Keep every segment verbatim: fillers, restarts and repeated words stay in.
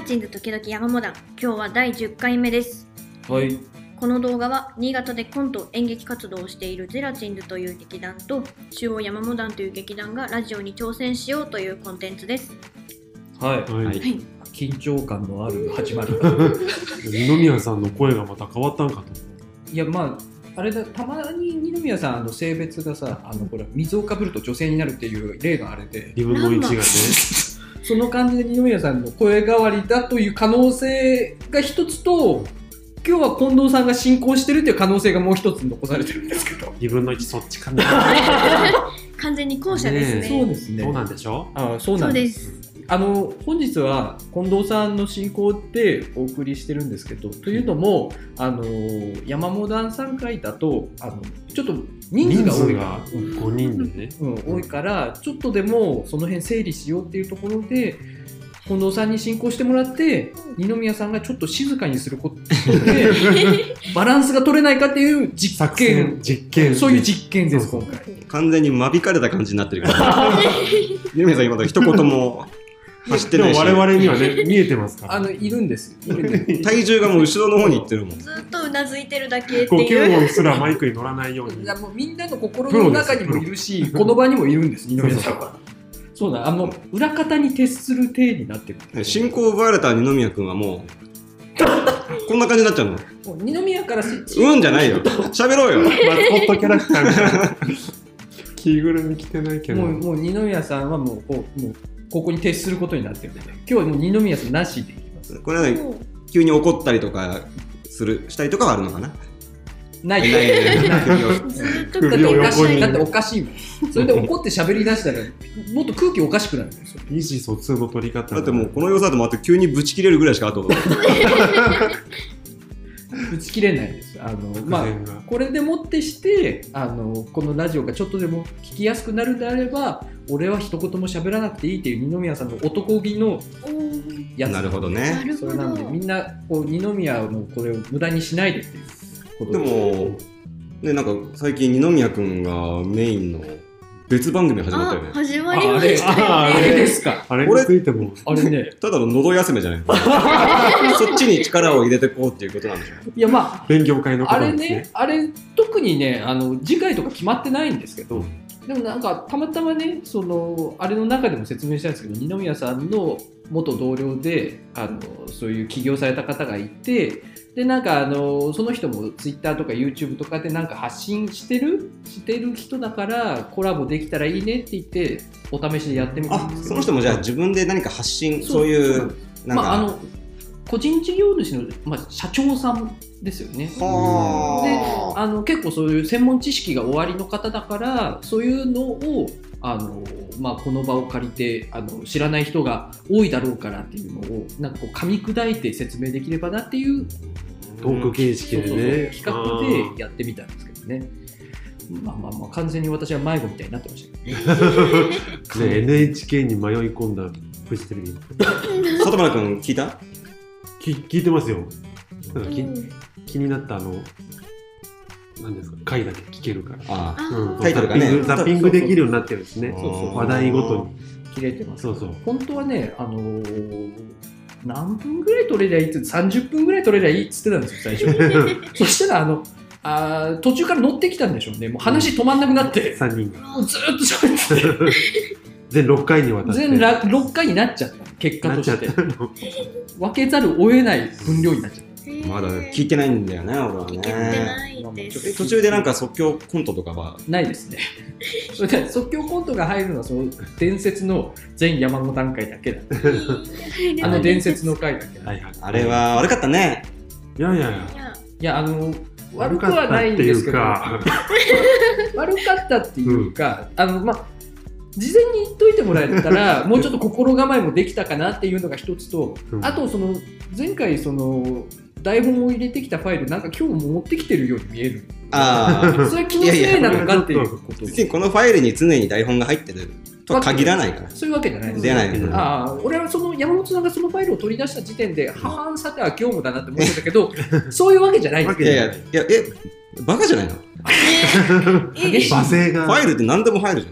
チンズ時々山モダン、今日はだいじゅっかいめです。 はい。 この動画は新潟でコント演劇活動をしているゼラチンズという劇団と中央山モダンという劇団がラジオに挑戦しようというコンテンツです。 はい。 はいはい、 緊張感のある始まり。 二宮さんの声がまた変わったんかと。 いや、まあ、あれだ、たまに二宮さん、あの性別がさ、あの、これ、水をかぶると女性になるっていう例があれで、 にぶんのいちがね。 その感じで二宮さんの声変わりだという可能性が一つと、今日は近藤さんが進行してるっていう可能性がもう一つ残されてるんですけど。 にぶんのいちそっちかな。 完全に後者ですね。 ねそうですね。 そうなんでしょ。 ああ、そうなんです。あの本日は近藤さんの進行でお送りしてるんですけど、というのもあの山モダンさんかいだとあのちょっと人数が多いから人数がごにんでね、 うんうん、多いからちょっとでもその辺整理しようっていうところで近藤さんに進行してもらって二宮さんがちょっと静かにすることでバランスが取れないかっていう実験実験そういう実験です。 そうそう今回完全に間引かれた感じになってるから二宮さん今の一言も走ってないし、 でも我々にはね見えてますから。 あのいるんですよ。いるんです体重がもう後ろの方に行ってるもん。 ずっとうなずいてるだけって呼いう。 吸音すらマイクに乗らないように。 いやもうみんなの心の中にもいるし、この場にもいるんです、二宮さんは。そうだ、あの裏方に徹する体になってる。 進行を奪われた二宮君はもうこんな感じになっちゃうの。 もう二宮からスイッチ。 うんじゃないよ。喋ろうよ。 マスコットキャラクターみたいな。着ぐるみ着てないけど。 もうもう二宮さんはもうこうもうここに徹することになってるので、今日はもう二宮さんなしでいきます。 これはね、急に怒ったりとかするしたりとかはあるのかな。 ないないないないずっと首をおかしい。 横にだっておかしいもん。それで怒って喋り出したらもっと空気おかしくなるんですよ。 意思疎通の取り方。 だってもうこの様子だとまた急にブチ切れるぐらいしか後がない。 打ち切れないです。あのまあこれでもってしてあのこのラジオがちょっとでも聞きやすくなるであれば、俺は一言も喋らなくていいっていう二宮さんの男気のやつ。 なるほどね。 それなんでみんなこう二宮のこれを無駄にしないでっていうことでもね、なんか最近二宮君がメインの別番組始まったよね。 始まりましたよね。 あれですか。 あれについてもあれね、 ただの喉休めじゃない。そっちに力を入れてこうっていうことなんでしょう。 いやまあ勉強会のこあれとですね。 ね、あれ特にねあの次回とか決まってないんですけど、でもなんかたまたまねそのあれの中でも説明したんですけど、二宮さんの元同僚であのそういう起業された方がいて、でなんかあのその人もツイッターとか YouTube とかでなんか発信してるしてる人だからコラボできたらいいねって言ってお試しでやってみたんあ、 ですけど、 その人もじゃあ自分で何か発信、 そうそういうなんか、 まあ、あの個人事業主の、まあ、社長さんですよね。 はであの結構そういう専門知識がおありの方だからそういうのをあの、まあ、この場を借りてあの知らない人が多いだろうからっていうのをなんかこう噛み砕いて説明できればなっていうトーク形式でそうそうそうね。 企画でやってみたんですけどね。まあまあまあ完全に私は迷子みたいになってましたけどね。 ね エヌエイチケー に迷い込んだフジテレビ。 里村君聞いた？ き聞いてますよ。なんかきうん気になったあの何ですか回だけ聞けるから。 ああ、 うんタイトルがねザッピングザッピングできるようになってるんですね。 そうそうそう話題ごとに。 切れてます。 そうそう。 本当はね、あのー、何分ぐらい取れりゃいいってさんじゅっぷんぐらい取れりゃいいっつってたんですよ最初。そしたらあのあー途中から乗ってきたんでしょうね。もう話止まんなくなって、 さんにんがもうずーっと喋って全ろっかいにわたって。 全ろっかいになっちゃった結果としてなっちゃったの。 分けざるを得ない分量になっちゃった。 まだ聞いてないんだよね、俺は聞けてね。 ないです。 え途中でなんか即興コントとかはないですね。それで即興コントが入るのはその伝説の全山の段階だけだ。あの伝説の回だけだ。 はいはい。 あれは悪かったね。 いやいやいや。 いやいやあの悪くはないんですけど、 悪かったっていうか悪かったっていうか、あのまあ事前に言っといてもらえたらもうちょっと心構えもできたかなっていうのが一つと、 うんあとその前回その台本を入れてきたファイルなんか今日も持ってきてるように見える。 ああ、 それ気のせいなのかっていうこと。 別にこのファイルに常に台本が入ってるとは限らないから。 そういうわけじゃないです。 出ないです。 ああ、俺はその山本さんがそのファイルを取り出した時点で、はあ、さては今日もだなって思ってたけど、そういうわけじゃないんですいやいや、いや、え、バカじゃないの？ え激しい罵声が。 ファイルって何でも入るじゃん。 もう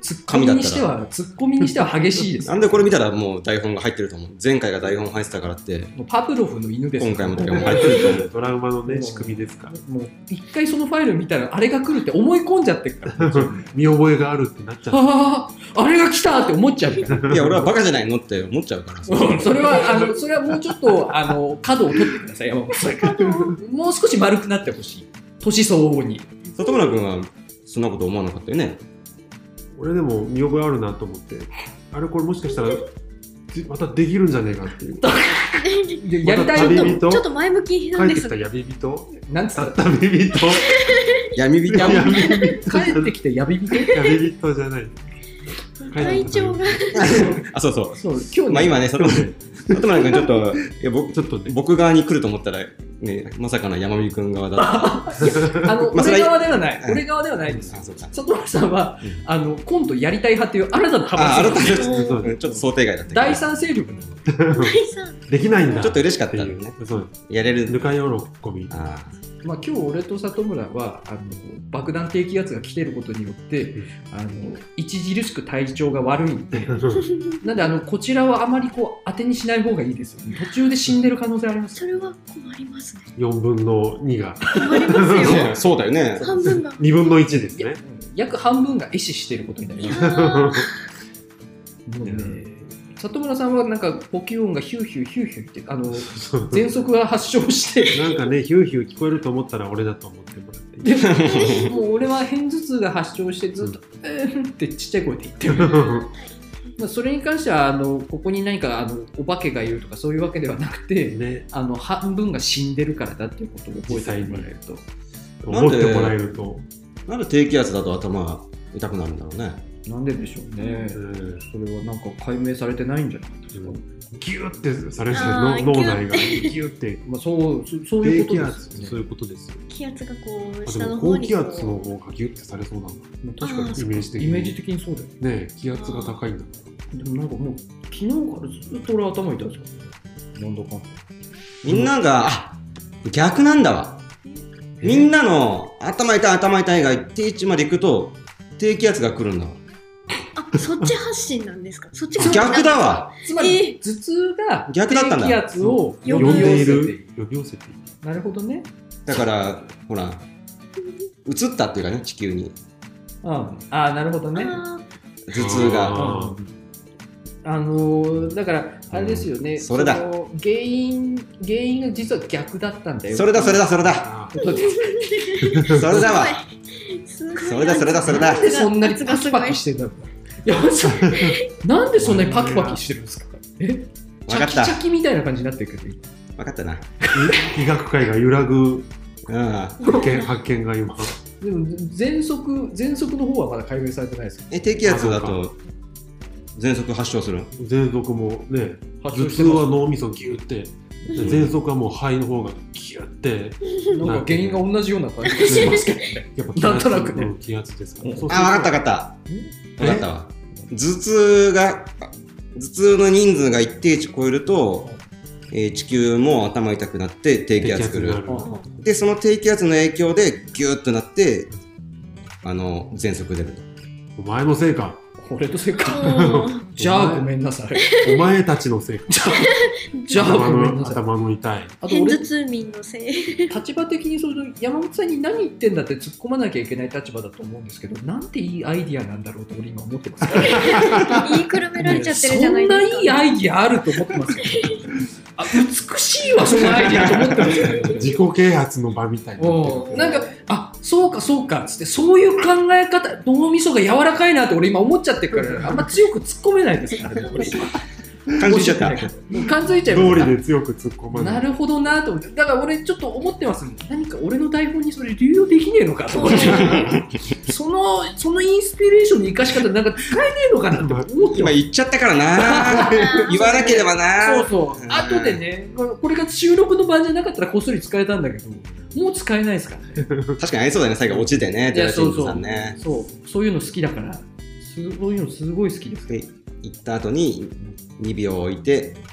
ツッコミにしてはツッコミにしては激しいです。 なんでこれ見たらもう台本が入ってると思う。前回が台本入ってたからって。 もうパブロフの犬です。 今回も台本入ってると思う。 トラウマのね仕組みですから。 もう一回そのファイル見たらあれが来るって思い込んじゃってるから。 見覚えがあるってなっちゃう。 あああれが来たって思っちゃうから。 いや俺はバカじゃないのって思っちゃうから。 うん、それはあのそれはもうちょっとあの角を取ってください山本さん。もう少し丸くなってほしい。年相応に。 里村君はそんなこと思わなかったよね。 俺でも見覚えあるなと思って、あれこれもしかしたらまたできるんじゃねえかっていう。 やりたい旅人ちょっと前向きなんです帰ってきた闇人なんつった旅人闇人闇人帰ってきて闇人闇人じゃない。 体調があ、そうそう。 そう今日ね、 まあ今ね、里村君ちょっと、いや僕ちょっとね僕側に来ると思ったら、ね、まさかの山美君側だった。 あの、 まあそれ俺側ではない、 うん俺側ではないです。 あ、そうか。 里村さんは、 うんあのコントやりたい派っていう新たなあ、あなた派閥ちそうょっと想定外だった。 第三勢力なの。 第三できないんだ。 ちょっと嬉しかったっていんだよね。 うそうやれる。 ぬか喜び。 あまあ、今日俺と里村はあの爆弾低気圧が来てることによって、 うんあの著しく体調が悪いんでなんであのこちらはあまりこう当てにしない方がいいですよね。途中で死んでる可能性あります。 それは困りますね。 よんぶんのにが困りますよ。 あ。そうだよね。 半分が。 にぶんのいちですね。 約半分が壊死してることになりいやます。 ーもうね、里村さんはなんか呼吸音がヒューヒューヒューヒューってあのそう喘息が発症してなんかね、ヒューヒュー聞こえると思ったら俺だと思ってもらっていい。 もう俺は片頭痛が発症してずっと「うーん」ってちっちゃい声で言ってる。まあそれに関してはあのここに何かあのお化けがいるとかそういうわけではなくて、 ね、 あの半分が死んでるからだっていうことを覚えてもらえると。 思ってもらえると。 なんで低気圧だと頭が痛くなるんだろうね。 なんででしょうね。 うんそれはなんか解明されてないんじゃないですか。 ギューってされてあーの脳内がギューってまあそうそそういうこと低気ですよね。 圧そういうことですよ。 気圧がこうあでも高下の方に気圧の方がギュッてされそうなんだ。 まあ確かにあーイメージ的に。 イメージ的にそうだよね。 ね気圧が高いんだ。 でもなんかもう昨日からずっと俺頭痛いですよ。なんだかんだ。 みんなが、あ、逆なんだわ。みんなの頭痛い頭痛いが一定値まで行くと低気圧が来るんだわ。 あ、そっち発信なんですか。そっちが逆だわ。 つまり、 え頭痛が逆だったんだ低気圧を呼呼んでい寄せてる呼び寄せている。 なるほどね。 だから、ほら、移ったっていうかね、地球に。 うん、ああ、なるほどね。 あ頭痛が。 ああのー、だから、あれですよね、 うんそれだの原因、原因が実は逆だったんだよ。 それだ、それだ、それだ。 あことでそれだわ。 すごいそれだ、それだ、それだなん。でそんなにパキパキしてんだろう。いや、なんでそんなにパキパキしてるんですか。え、チャキチわかった。 ャキみたいな感じになってるけど。 わかったな。 医学界が揺らぐうん。 発見発見が今。 でも、喘息、喘息の方はまだ解明されてないですよ。 え、低気圧だあそと、喘息発症するの？ 喘息もね、 発頭痛症してますは脳みそギューって、喘息はもう肺の方がギューって、 なんか原因が同じような感じがしますけどね。 やっぱ気なん圧となくねうん気圧ですから。 うんそうするとあ、わかったわかった。わかったわ。頭痛が、頭痛の人数が一定値超えると、えー地球も頭痛くなって低気圧来る。 低気圧になるで、その低気圧の影響でギューッとなって、あの、喘息出る。 お前のせいか。 俺とせいか。 もうじゃあごめんなさい。 お前たちのせいか。 じゃあごめん頭のなさい。 頭の痛い。 あと俺偏頭痛民のせい。 立場的にその山本さんに何言ってんだって突っ込まなきゃいけない立場だと思うんですけど、なんていいアイディアなんだろうと俺今思ってますから、 言いくるめられちゃってるじゃないですか。 そんないいアイディアあると思ってますよ。あ、美しいわそのアイディアと思ってますよ。 自己啓発の場みたいになってる。 うんなんか、あ、そうかそうかっつって、そういう考え方、脳みそが柔らかいなって俺今思っちゃってるから、あんま強く突っ込めないですからね、俺今。 感じちゃった。 もう感づいちゃいます。 通りで強く突っ込まない。 なるほどなと思って、だから俺ちょっと思ってますもん。何か俺の台本にそれ流用できねえのかと思ってそのそのインスピレーションの生かし方なんか使えねえのかなって思ってます。 今言っちゃったからな。言わなければな。 そうそう。 うん後でね、これが収録の場じゃなかったらこっそり使えたんだけど、もう使えないですからね。 確かにありそうだね、最後落ちてね、 いやゼラチンさんね。 そうそういうの好きだから、そういうのすごい好きです。 で、行った後ににびょう置いて、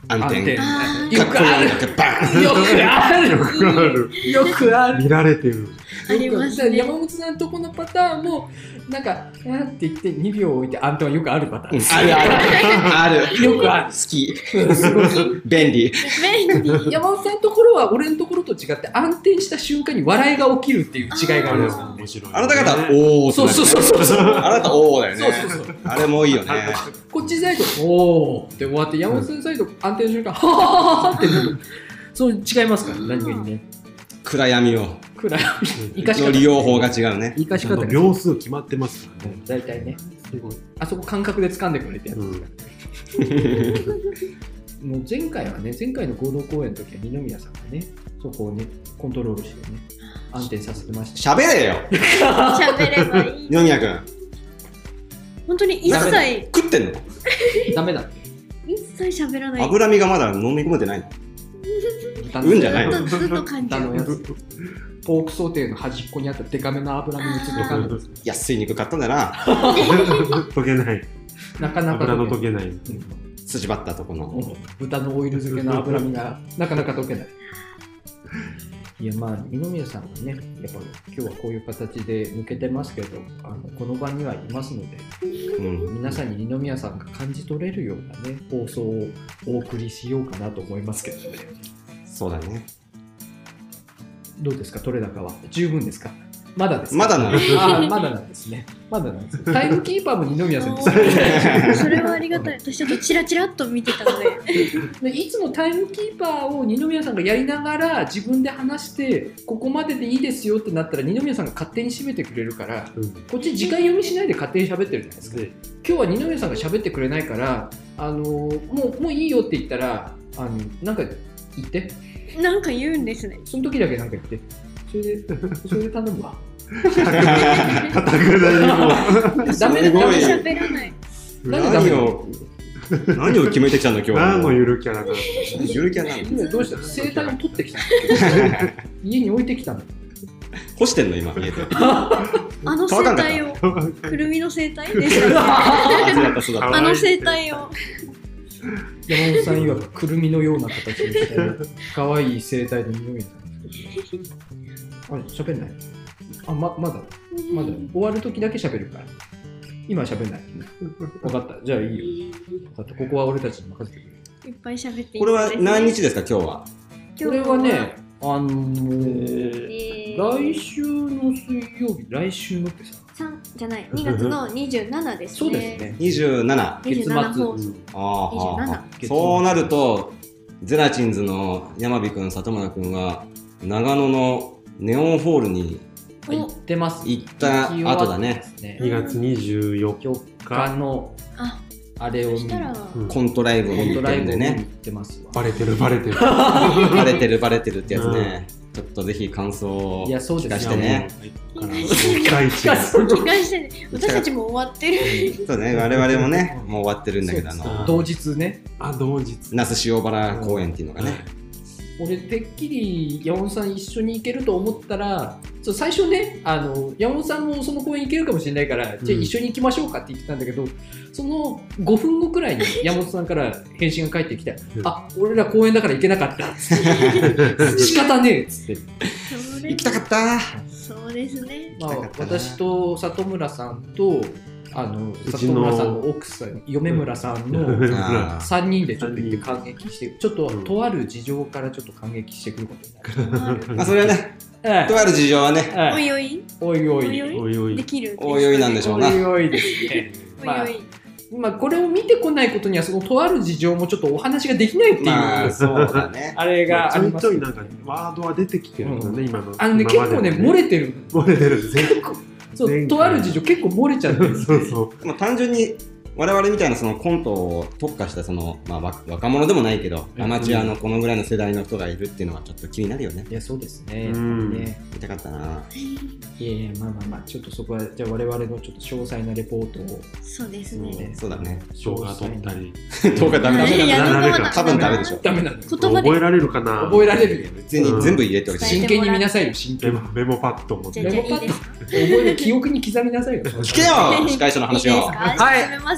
暗転。 あよくある。 バーンよくある。 よくある。 よくある。 見られてる。 ありますね。 山本さんとこのパターンもなんか「あ」って言ってにびょう置いて暗転はよくあるパターンです。 あるある。ある。 よくある。 好き。 すごい。 便利。 便利。 山本さんのところは俺のところと違って暗転した瞬間に笑いが起きるっていう違いがあるんですよ。 面白い。 あなた方、おーそうそうそうそうそう。 あなた、おーだよね。 そうそうそう。 あれもいいよね。 こっちサイド「おー」って終わって山本さんサイド暗転の瞬間「はははは」ってなる。そう違いますから何気にね。 暗闇を。 暗い生かし方の利用法が違うね。 生かし方が秒数決まってますからね。 大体ねすごい。 あそこ感覚で掴んでくれてやつですから、もう前回はね前回の合同公演の時は二宮さんがねそこをねコントロールしてね安定させてました。 喋れよ喋ればいい。 二宮君。 本当に一切、 食ってんのダメだって一切喋らない。 脂身がまだ飲み込めてないの豚うんじゃないずっとずっと感じる。 豚のやつポークソーテーの端っこにあったデカめの脂身にずっと噛んでます。 安い肉買ったんだな。 溶けない。 なかなか油の溶溶けけない。 筋張ったとこの。 ない豚のオイル漬けの脂身がなかなか溶けない。いやまあ二宮さんはねやっぱ今日はこういう形で抜けてますけどあのこの場にはいますのでうん。 皆さんに二宮さんが感じ取れるようなね放送をお送りしようかなと思いますけどね。 そうだね。 どうですか取れ高は十分ですかまだですかまだなのあーまだなんですねまだなんですタイムキーパーも二宮さんですおーそれはありがたい。私ちょっとチラチラっと見てたので。 でいつもタイムキーパーを二宮さんがやりながら自分で話してここまででいいですよってなったら二宮さんが勝手に締めてくれるからうんこっち時間読みしないで勝手に喋ってるじゃないですか。 で今日は二宮さんが喋ってくれないからあのーもうもういいよって言ったらあのなんか言ってなんか言うんですね。 その時だけなんか言ってそれでそれで頼むわかたくなにもダメだすごい喋らない。 なんでダメ何を、何を決めてきたの今日は。 何のゆるキャラなの。 ゆるキャラなの今どうした生体を取ってきたの家に置いてきたの干してんの今、家で。 あの生態を。くるみの生態でした。 あ、そうだった、そうだっあの生態を。 山本さん曰くくるみのような形にして可愛い生態の匂いなんですけどあれ喋んないあままだまだ終わる時だけ喋るから今は喋んない分かったじゃあいいよ分かったここは俺たちに任せてくれいっぱい喋っていいた。これは何日ですか、今日は。 これはねあのーえー、 来週の水曜日来週のってさ三じゃないにがつのにじゅうしちですね。 そうですねにじゅうなな。 にじゅうしち放送。 ああ、 にじゅうななはあそうなると、ゼラチンズの山火くん、里村くんは、長野のネオンホールに行ってます行った後だね。 にがつにじゅうよっよっかのあ、 あれを見にそしたら、 うんコントライブを見てコントライるんでね。 ブを見に行ってますわバレてるバレてる。 バレてるバレてるってやつね。ちょっとぜひ感想をいやそうです聞かしてね。 期待値が。 お願いしてね。私たちも終わってる。 そうね、我々もね、もう終わってるんだけど、あそうの、 同日ねあ、同日。 那須塩原公園っていうのがね。 俺てっきり山本さん一緒に行けると思ったらそう最初ねあの山本さんもその公園行けるかもしれないから、じゃあ一緒に行きましょうかって言ってたんだけどそのごふんごくらいに山本さんから返信が返ってきて「あ俺ら公園だから行けなかった」っつって「仕方ねえ」っつって、 それ行きたかったそうですね。 まあ行きたかったな私と里村さんとあの里うちの村さんの奥さん嫁村さんのあさんにんでちょっと行って感激してちょっとうんとある事情からちょっと感激してくることになる。 まあそれはね、 ええとある事情はね、 おいおい。 おいおいおいおいおいおい。 できる。 おいおいなんでしょうな。 おいおいですね。まあおいおい。 まあこれを見てこないことにはそのとある事情もちょっとお話ができないっていう、 まあそうだね。 あれがちょいあります。 ちょいなんかワードは出てきてるんだね、今の。 あのね結構ね漏れてる。 漏れてる。全そう前回とある事情結構漏れちゃってる。 そうそう。 まあ単純に我々みたいなそのコントを特化したその、まあ、わ若者でもないけど、 うんアマチュアのこのぐらいの世代の人がいるっていうのはちょっと気になるよね。 いやそうですね。やっぱうんりね。 見たかったな。 いやいやまあまあまあちょっとそこはじゃあ我々のちょっと詳細なレポートをそうですね。 そうだね。 生姜取ったり。 どうかダメだいやいやダメか多分ダメでしょ。 ダメなんだよ。 言葉で覚えられるかな。 覚えられるよ。 別に全部入れておいて。 伝え真剣に見なさいよ真メ剣に。 モメモパッド持って。 じゃあじゃあいいですか。 覚える記憶に刻みなさいよ。 聞けよ司会者の話を。 いいですか。 はい始めます。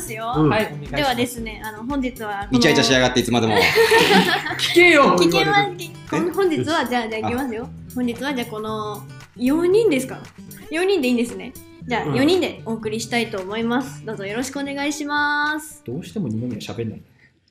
ますよ。 うんはい、お願いします。 ではですね、あの本日はこのイチャイチャしやがっていつまでも。 聞けよ。 聞けます。き本日はじゃあじゃあいきますよ。本日はじゃあこのよにんですか。よにんでいいんですね。じゃあうんよにんでお送りしたいと思います。どうぞよろしくお願いします。 どうしても二宮喋んない。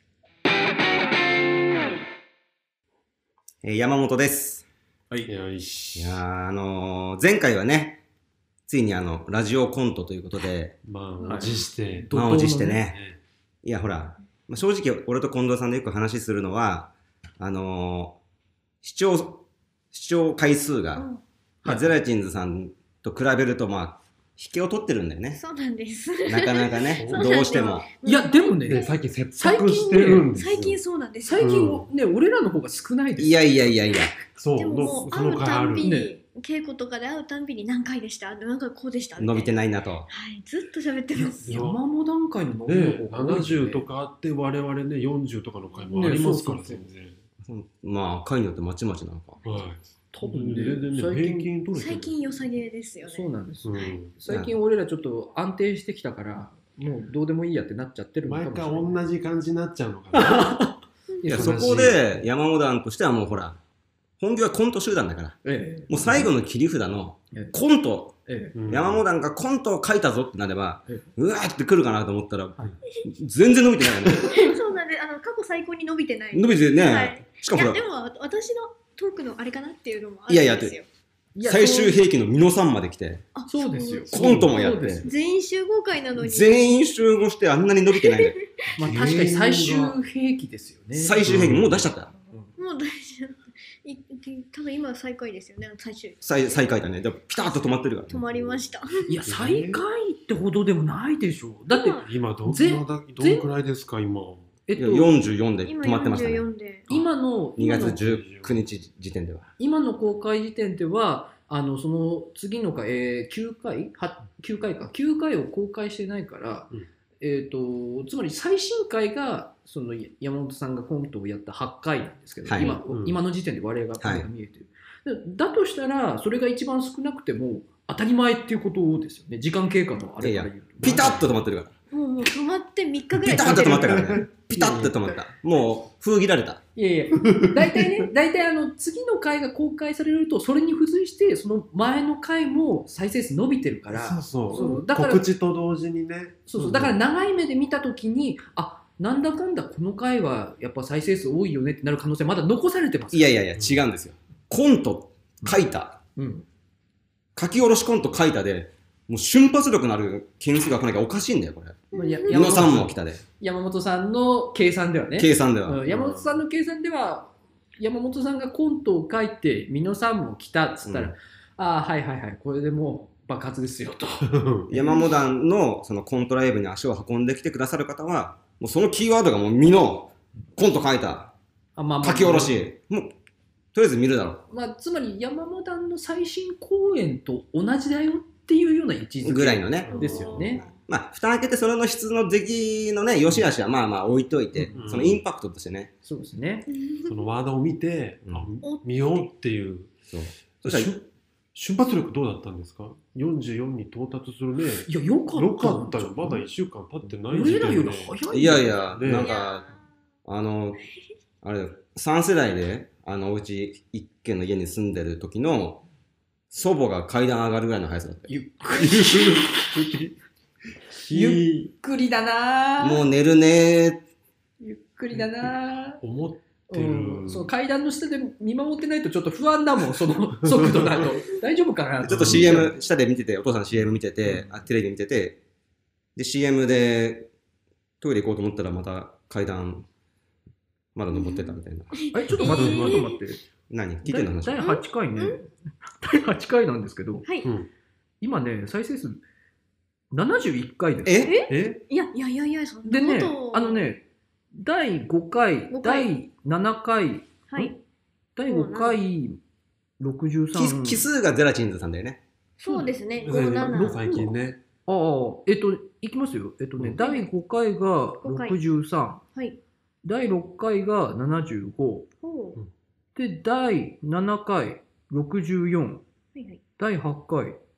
えー山本です。 はい。よいしいやー、あのー、前回はね、ついにあの、ラジオコントということで、 満を持して。 ど満を持してね。 ねいや、ほら、まあ、正直、俺と近藤さんでよく話するのは、あのー、視聴、視聴回数が、 うんまあ、ゼラチンズさんと比べると、まあ、引けを取ってるんだよね。 そうなんです。 なかなかね、 そうどうしても。 いや、でもねね、 最近切迫してるんですよ。 最近そうなんですよ。 最近ね、俺らの方が少ないです。 いやいやいやいや。 そう、 でももうそ会うの回ある。 たんびに、 ね稽古とかで会うたんびに何回でしたなんかこうでした伸びてい。 ないなと。 はい、ずっと喋ってます。 山本段階の飲みね、 の方が多いななじゅうねとかあって、我々ね、よんじゅうとかの回もありますから、 ねそうそう全然。 まあ、回によってまちまちなのか。 はい。 多分ね全然ね、 最近平均取れてる。 最近良さげですよね。 そうなんです。 うん。 最近俺らちょっと安定してきたから、もうどうでもいいやってなっちゃってるのか毎もしれない。 回同じ感じになっちゃうのかな。 いや、 悲しいそこで、山本団としてはもうほら、本業はコント集団だから。 ええもう最後の切り札のええコント、 ええうん山本団がコントを書いたぞってなれば、 ええうわーって来るかなと思ったら、 はい全然伸びてないよね。 そうなんで、あの過去最高に伸びてない。 伸びてね、 はいしかもほらいやで、も私のトークのあれかなっていうのもあいやいやるんですよ。 いや最終兵器のミノさんまで来て、 あそうですよ。 コントもやってそうですよ全員集合会なのに。 全員集合してあんなに伸びてないのよ。 まあ確かに最終兵器ですよね。 最終兵器もう出しちゃったよ。 もう大丈夫。い多分今最下位ですよね。最終最最下位だね。でもピタッと止まってるから、 止まりました。 いや、最下位ってほどでもないでしょう。だって、 今ど、 ぜ今だどんくらいですか、今。 いやえっと、 よんじゅうよんで今止まってましたね。 よんじゅうよんで。 今の、 にがつ今のじゅうくにち時点では。 今の公開時点では、あのその次の回、えー、きゅうかいはきゅうかいかきゅうかいを公開してないから、 うんえー、とつまり最新回がその山本さんがコントをやったはちかいなんですけど、 はい今うん今の時点で我々が声が見えてる、だだとしたらそれが一番少なくても当たり前っていうことですよね。時間経過のあれから言うとピタッと止まってるから。 もうもう止まってみっかぐらいピタッと止まったら。 からね。ピタッと止まった。もう、封切られた。 いやいや、大体ね、大体あの次の回が公開されると、それに付随して、その前の回も再生数伸びてるから、 そうそう。 そうだから告知と同時にね。 そうそうだから長い目で見たときに、あなんだかんだこの回はやっぱ再生数多いよねってなる可能性まだ残されてます。 いやいやいや、違うんですよ。コント書いた。 うん、 書き下ろしコント書いたで、もう瞬発力のある件数が来なきゃおかしいんだよ、これ。 まあや宇野さんも来たで。 山本さんの計算ではね、 計算では。 うん山本さんの計算では、山本さんがコントを書いて、美濃さんも来たっつったら、 うんああ、はいはいはい、これでもう爆発ですよと。 山本団のそのコントライブに足を運んできてくださる方は、もうそのキーワードがもう美濃、コント書いた、 あまあまあ書き下ろし、もう、とりあえず見るだろまあ、つまり山本団の最新公演と同じだよっていうような位置づう。 けぐらいのね。 ですよね。 まあ、蓋開けてそれの質の出来のね、良し悪しはまあまあ置いといて、 うんそのインパクトとしてね。 そうですね。 そのワードを見て、 うんあ見ようっていう。 そう。そしたら、 瞬瞬発力どうだったんですか ?よんじゅうよん に到達するね。 いや、よかった。 よかったよ。まだいっしゅうかん経ってない俺らよりで早い。 いやいや、 ねなんか、あの、あれ、さん世代で、あの、おうち一軒の家に住んでる時の、祖母が階段上がるぐらいの速さだったよ。 ゆっくり。ゆゆっくりだなぁもう寝るねゆっくりだなぁ思ってうる。 ん、そう階段の下で見守ってないとちょっと不安だもん、その速度だと。大丈夫かなー。ちょっと シーエム、下で見てて、お父さん シーエム 見てて、あテレビ見てて、で、シーエム でトイレ行こうと思ったらまた階段、まだ登ってたみたいな。 あれ、ちょっと待って、 えー待って待って。 何聞いてんの話だいはちかいね。だいはちかいなんですけど、 はい。 うん今ね、再生数ななじゅういっかいです。 ええいやいやいやいや、そんなでねこと、 あの、ね、だいごかい、 ごかいだいななかい、 はいん。だいごかい、ろくじゅうさん。 奇奇数がゼラチンズさんだよね。 そうですね。ご、 最なな。 近ね。 ああ、えっと、いきますよ。えっとね、 うんだいごかいがろくじゅうさん、 はい。 だいろっかいがななじゅうご、 ほう。 で、だいななかいろくじゅうよん、 はいはい。 だいはちかい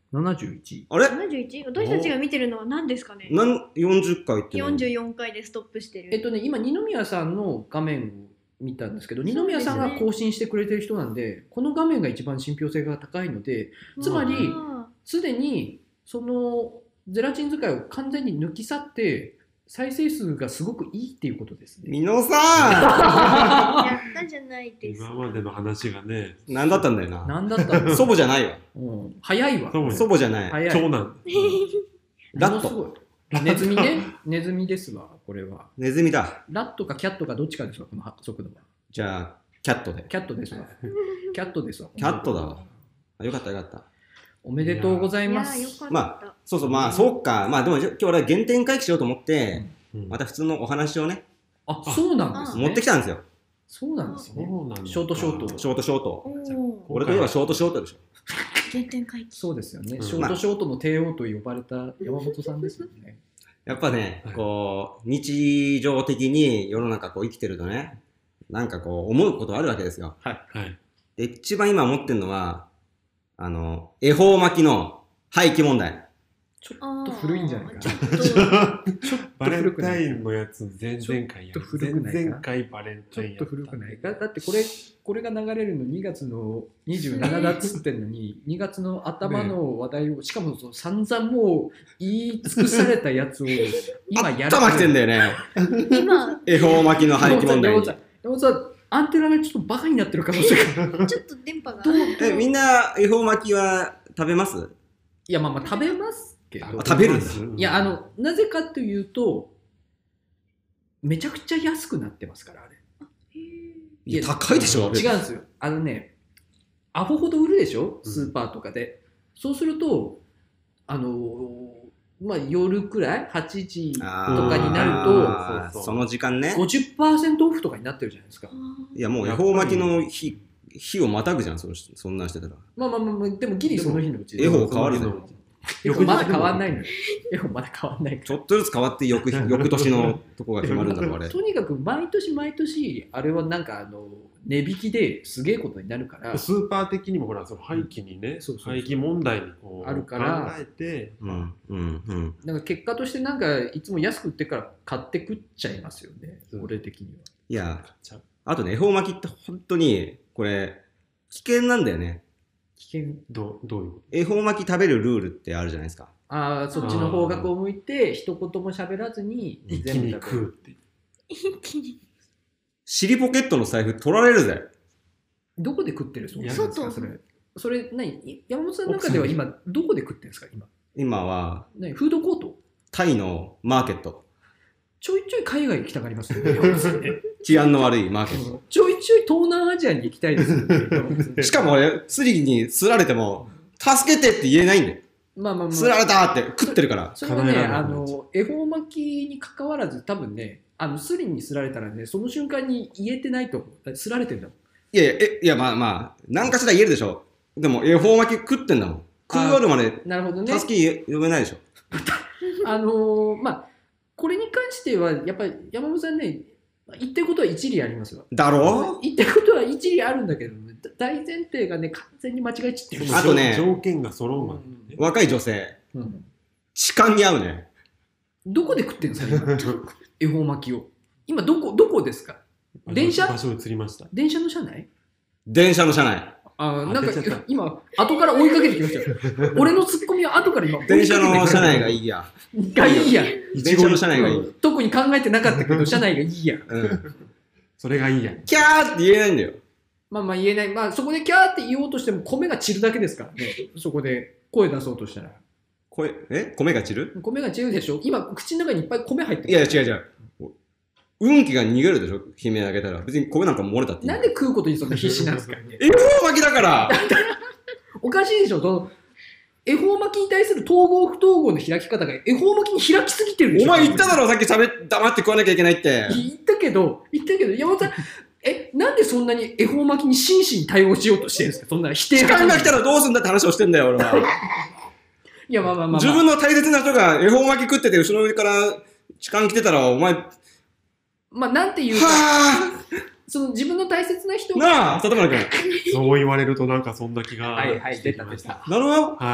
ななじゅういちい。 あれななじゅういち？私たちが見てるのは何ですかね？ なんよんじゅっかいっていうのよんじゅうよんかいでストップしてる。 えっとね、今、二宮さんの画面を見たんですけど、二宮さんが更新してくれてる人なんで、この画面が一番信憑性が高いので、つまり、 あすでに、その、ゼラチン使いを完全に抜き去って、再生数がすごくいいっていうことですね。 みのさーやったじゃないです。 今までの話がね、 んなんだったんだよな。 なんだったんだ祖母じゃないわ。 うん、早いわ。 そう祖母じゃない。 早い。 長男。 ラットものすごい。ネズミね。ネズミですわ、これは。 ネズミだ。 ラットかキャットかどっちかですわ、この速度は。 じゃあ、キャットで。 キャットですわ。キャットですわ。 キャットだわ。あよかったよかった。 おめでとうございいやーます。 よかった。 まあ、そうそう、まあ、そうか。まあ、でも、今日俺は原点回帰しようと思って、 うんまた普通のお話をね、 あ、そうなんですね。 持ってきたんですよ。 そうなんですね。 そうなんだショートショートショートショート。 おお。 俺といえばショートショートでしょ。 原点回帰。 そうですよね。 うんショートショートの帝王と呼ばれた山本さんですよね。 やっぱねはい、 こう、日常的に世の中こう生きてるとね、なんかこう思うことあるわけですよ。 はい。 で、一番今思ってるのは、あの、恵方巻きの廃棄問題。 ちょっと古いんじゃないかちょな。 っとちょっバレンと古くないタインのやつ、前々回やちょっと古くないか前々回バレンちょっタインやと古くないかだってこれ、これが流れるのにがつのにじゅうしちだっつってんのに、にがつの頭の話題を、しかもそう散々もう言い尽くされたやつを今やる。 頭きてんだよね。 今、 恵方巻きの廃棄問題に。 山本さん、山本さん、アンテナがちょっとバカになってる可能性が。 ちょっと電波が。 どうえ、みんな恵方巻きは食べますいや、まあまあ食べますけど。 あ食べるんだいや、あの、なぜかというと、めちゃくちゃ安くなってますから、あれ。 いや、高いでしょ違うんですよ。あのね、アホほど売るでしょスーパーとかで。そうすると、あのー、まあ夜くらい ?はちじとかになるあーそうそうその時間ねと、。ごじゅっパーセントオフとかになってるじゃないですか。 いや、もう恵方巻きの日、日をまたぐじゃん、そのそんなんしてたら。 まあまあまあまあ、でもギリその日のうちで。 恵方変わるそのの恵方まだ変わんないのよ。恵方まだ変わんないからちょっとずつ変わって翌翌年のとこが決まるんだろう、あれ。 とにかく毎年毎年あれはなんかあの値引きですげえことになるからスーパー的にもほら、その廃棄にね、 そうそうそう廃棄問題にこうあるから考えて、 うん、うん、うん。 なんか結果としてなんかいつも安く売ってから買って食っちゃいますよね、 うん俺的には。 いや、 買っちゃうあとね、恵方巻きって本当に、これ、危険なんだよね。 危険。 どうどういうこ恵方巻き食べるルールってあるじゃないですか。 ああ、そっちの方角を向いて一言も喋らずにと一気に全部食べる。 食うって。 一気に。 尻ポケットの財布取られるぜ。 どこで食ってるそうなんです外かそれ。それ何山本さんの中では今どこで食ってるんですか今。 今は、 何フードコートタイのマーケット。 ちょいちょい海外行きたがりますよね山本さんね。 治安の悪いマーケット。 ちょいちょい東南アジアに行きたいですよね山本さん。 しかも俺、スリにすられても、助けてって言えないんだよ。 まあまあまあ。 すられたって食ってるから。 それはね、 叶えられあなくなっちゃうの、恵方巻きに関わらず、多分ね、あの、スリにすられたらね、その瞬間に言えてないと思う。だってすられてんだもん。 いやいや、え、いや、まあまあ、何かしら言えるでしょ。でも、恵方巻き食ってんだもん。食い終わるまで、 なるほどね。 助け呼べないでしょ。 あのーまあ、これに関しては、やっぱり山本さんね、言ってることは一理ありますよ。 だろ言ってることは一理あるんだけど、大前提がね、完全に間違えちゃってる。 あとね条件が揃うまでね。 若い女性、 うん痴漢に合うね。 どこで食ってんですか、今。恵方巻きを。今、どこ、どこですか電車場所移りました。 電車の車内電車の車内。 あなんか当てちゃった今、後から追いかけてきましたよ。俺のツッコミは後から今追いかけて電車の車内がいいいや。 い。がいいや。 電車の車内がいい。 特に考えてなかったけど、車内がいいや。 うん。 それがいいや。 キャーって言えないんだよ。 まあまあ言えない。まあそこでキャーって言おうとしても米が散るだけですからね。そこで声出そうとしたら。 声、え米が散る米が散るでしょ今、口の中にいっぱい米入ってる。 いやいや違う違う。運気が逃げるでしょ悲鳴あげたら。別に米なんか漏れたっていい。 なんで食うことにそんな必死なんですか恵方巻きだからおかしいでしょその恵方巻きに対する統合不統合の開き方が恵方巻きに開きすぎてるでしょお前言っただろさっき喋っ黙って食わなきゃいけないって。 言ったけど、言ったけど、山本さん、え、なんでそんなに恵方巻きに真摯に対応しようとしてるんですかそんな否定時間が来たら。 らどうすんだって話をしてんだよ俺は。 いや、まあまあまあ、まあ。 自分の大切な人が恵方巻き食ってて後ろから痴漢来てたらお前、はまあ、なんていうか、 ぁその自分の大切な人が。 なあ、里村君。 そう言われるとなんかそんな気がはいはい、 して出た出た。 きました。 はなるほど。 はい。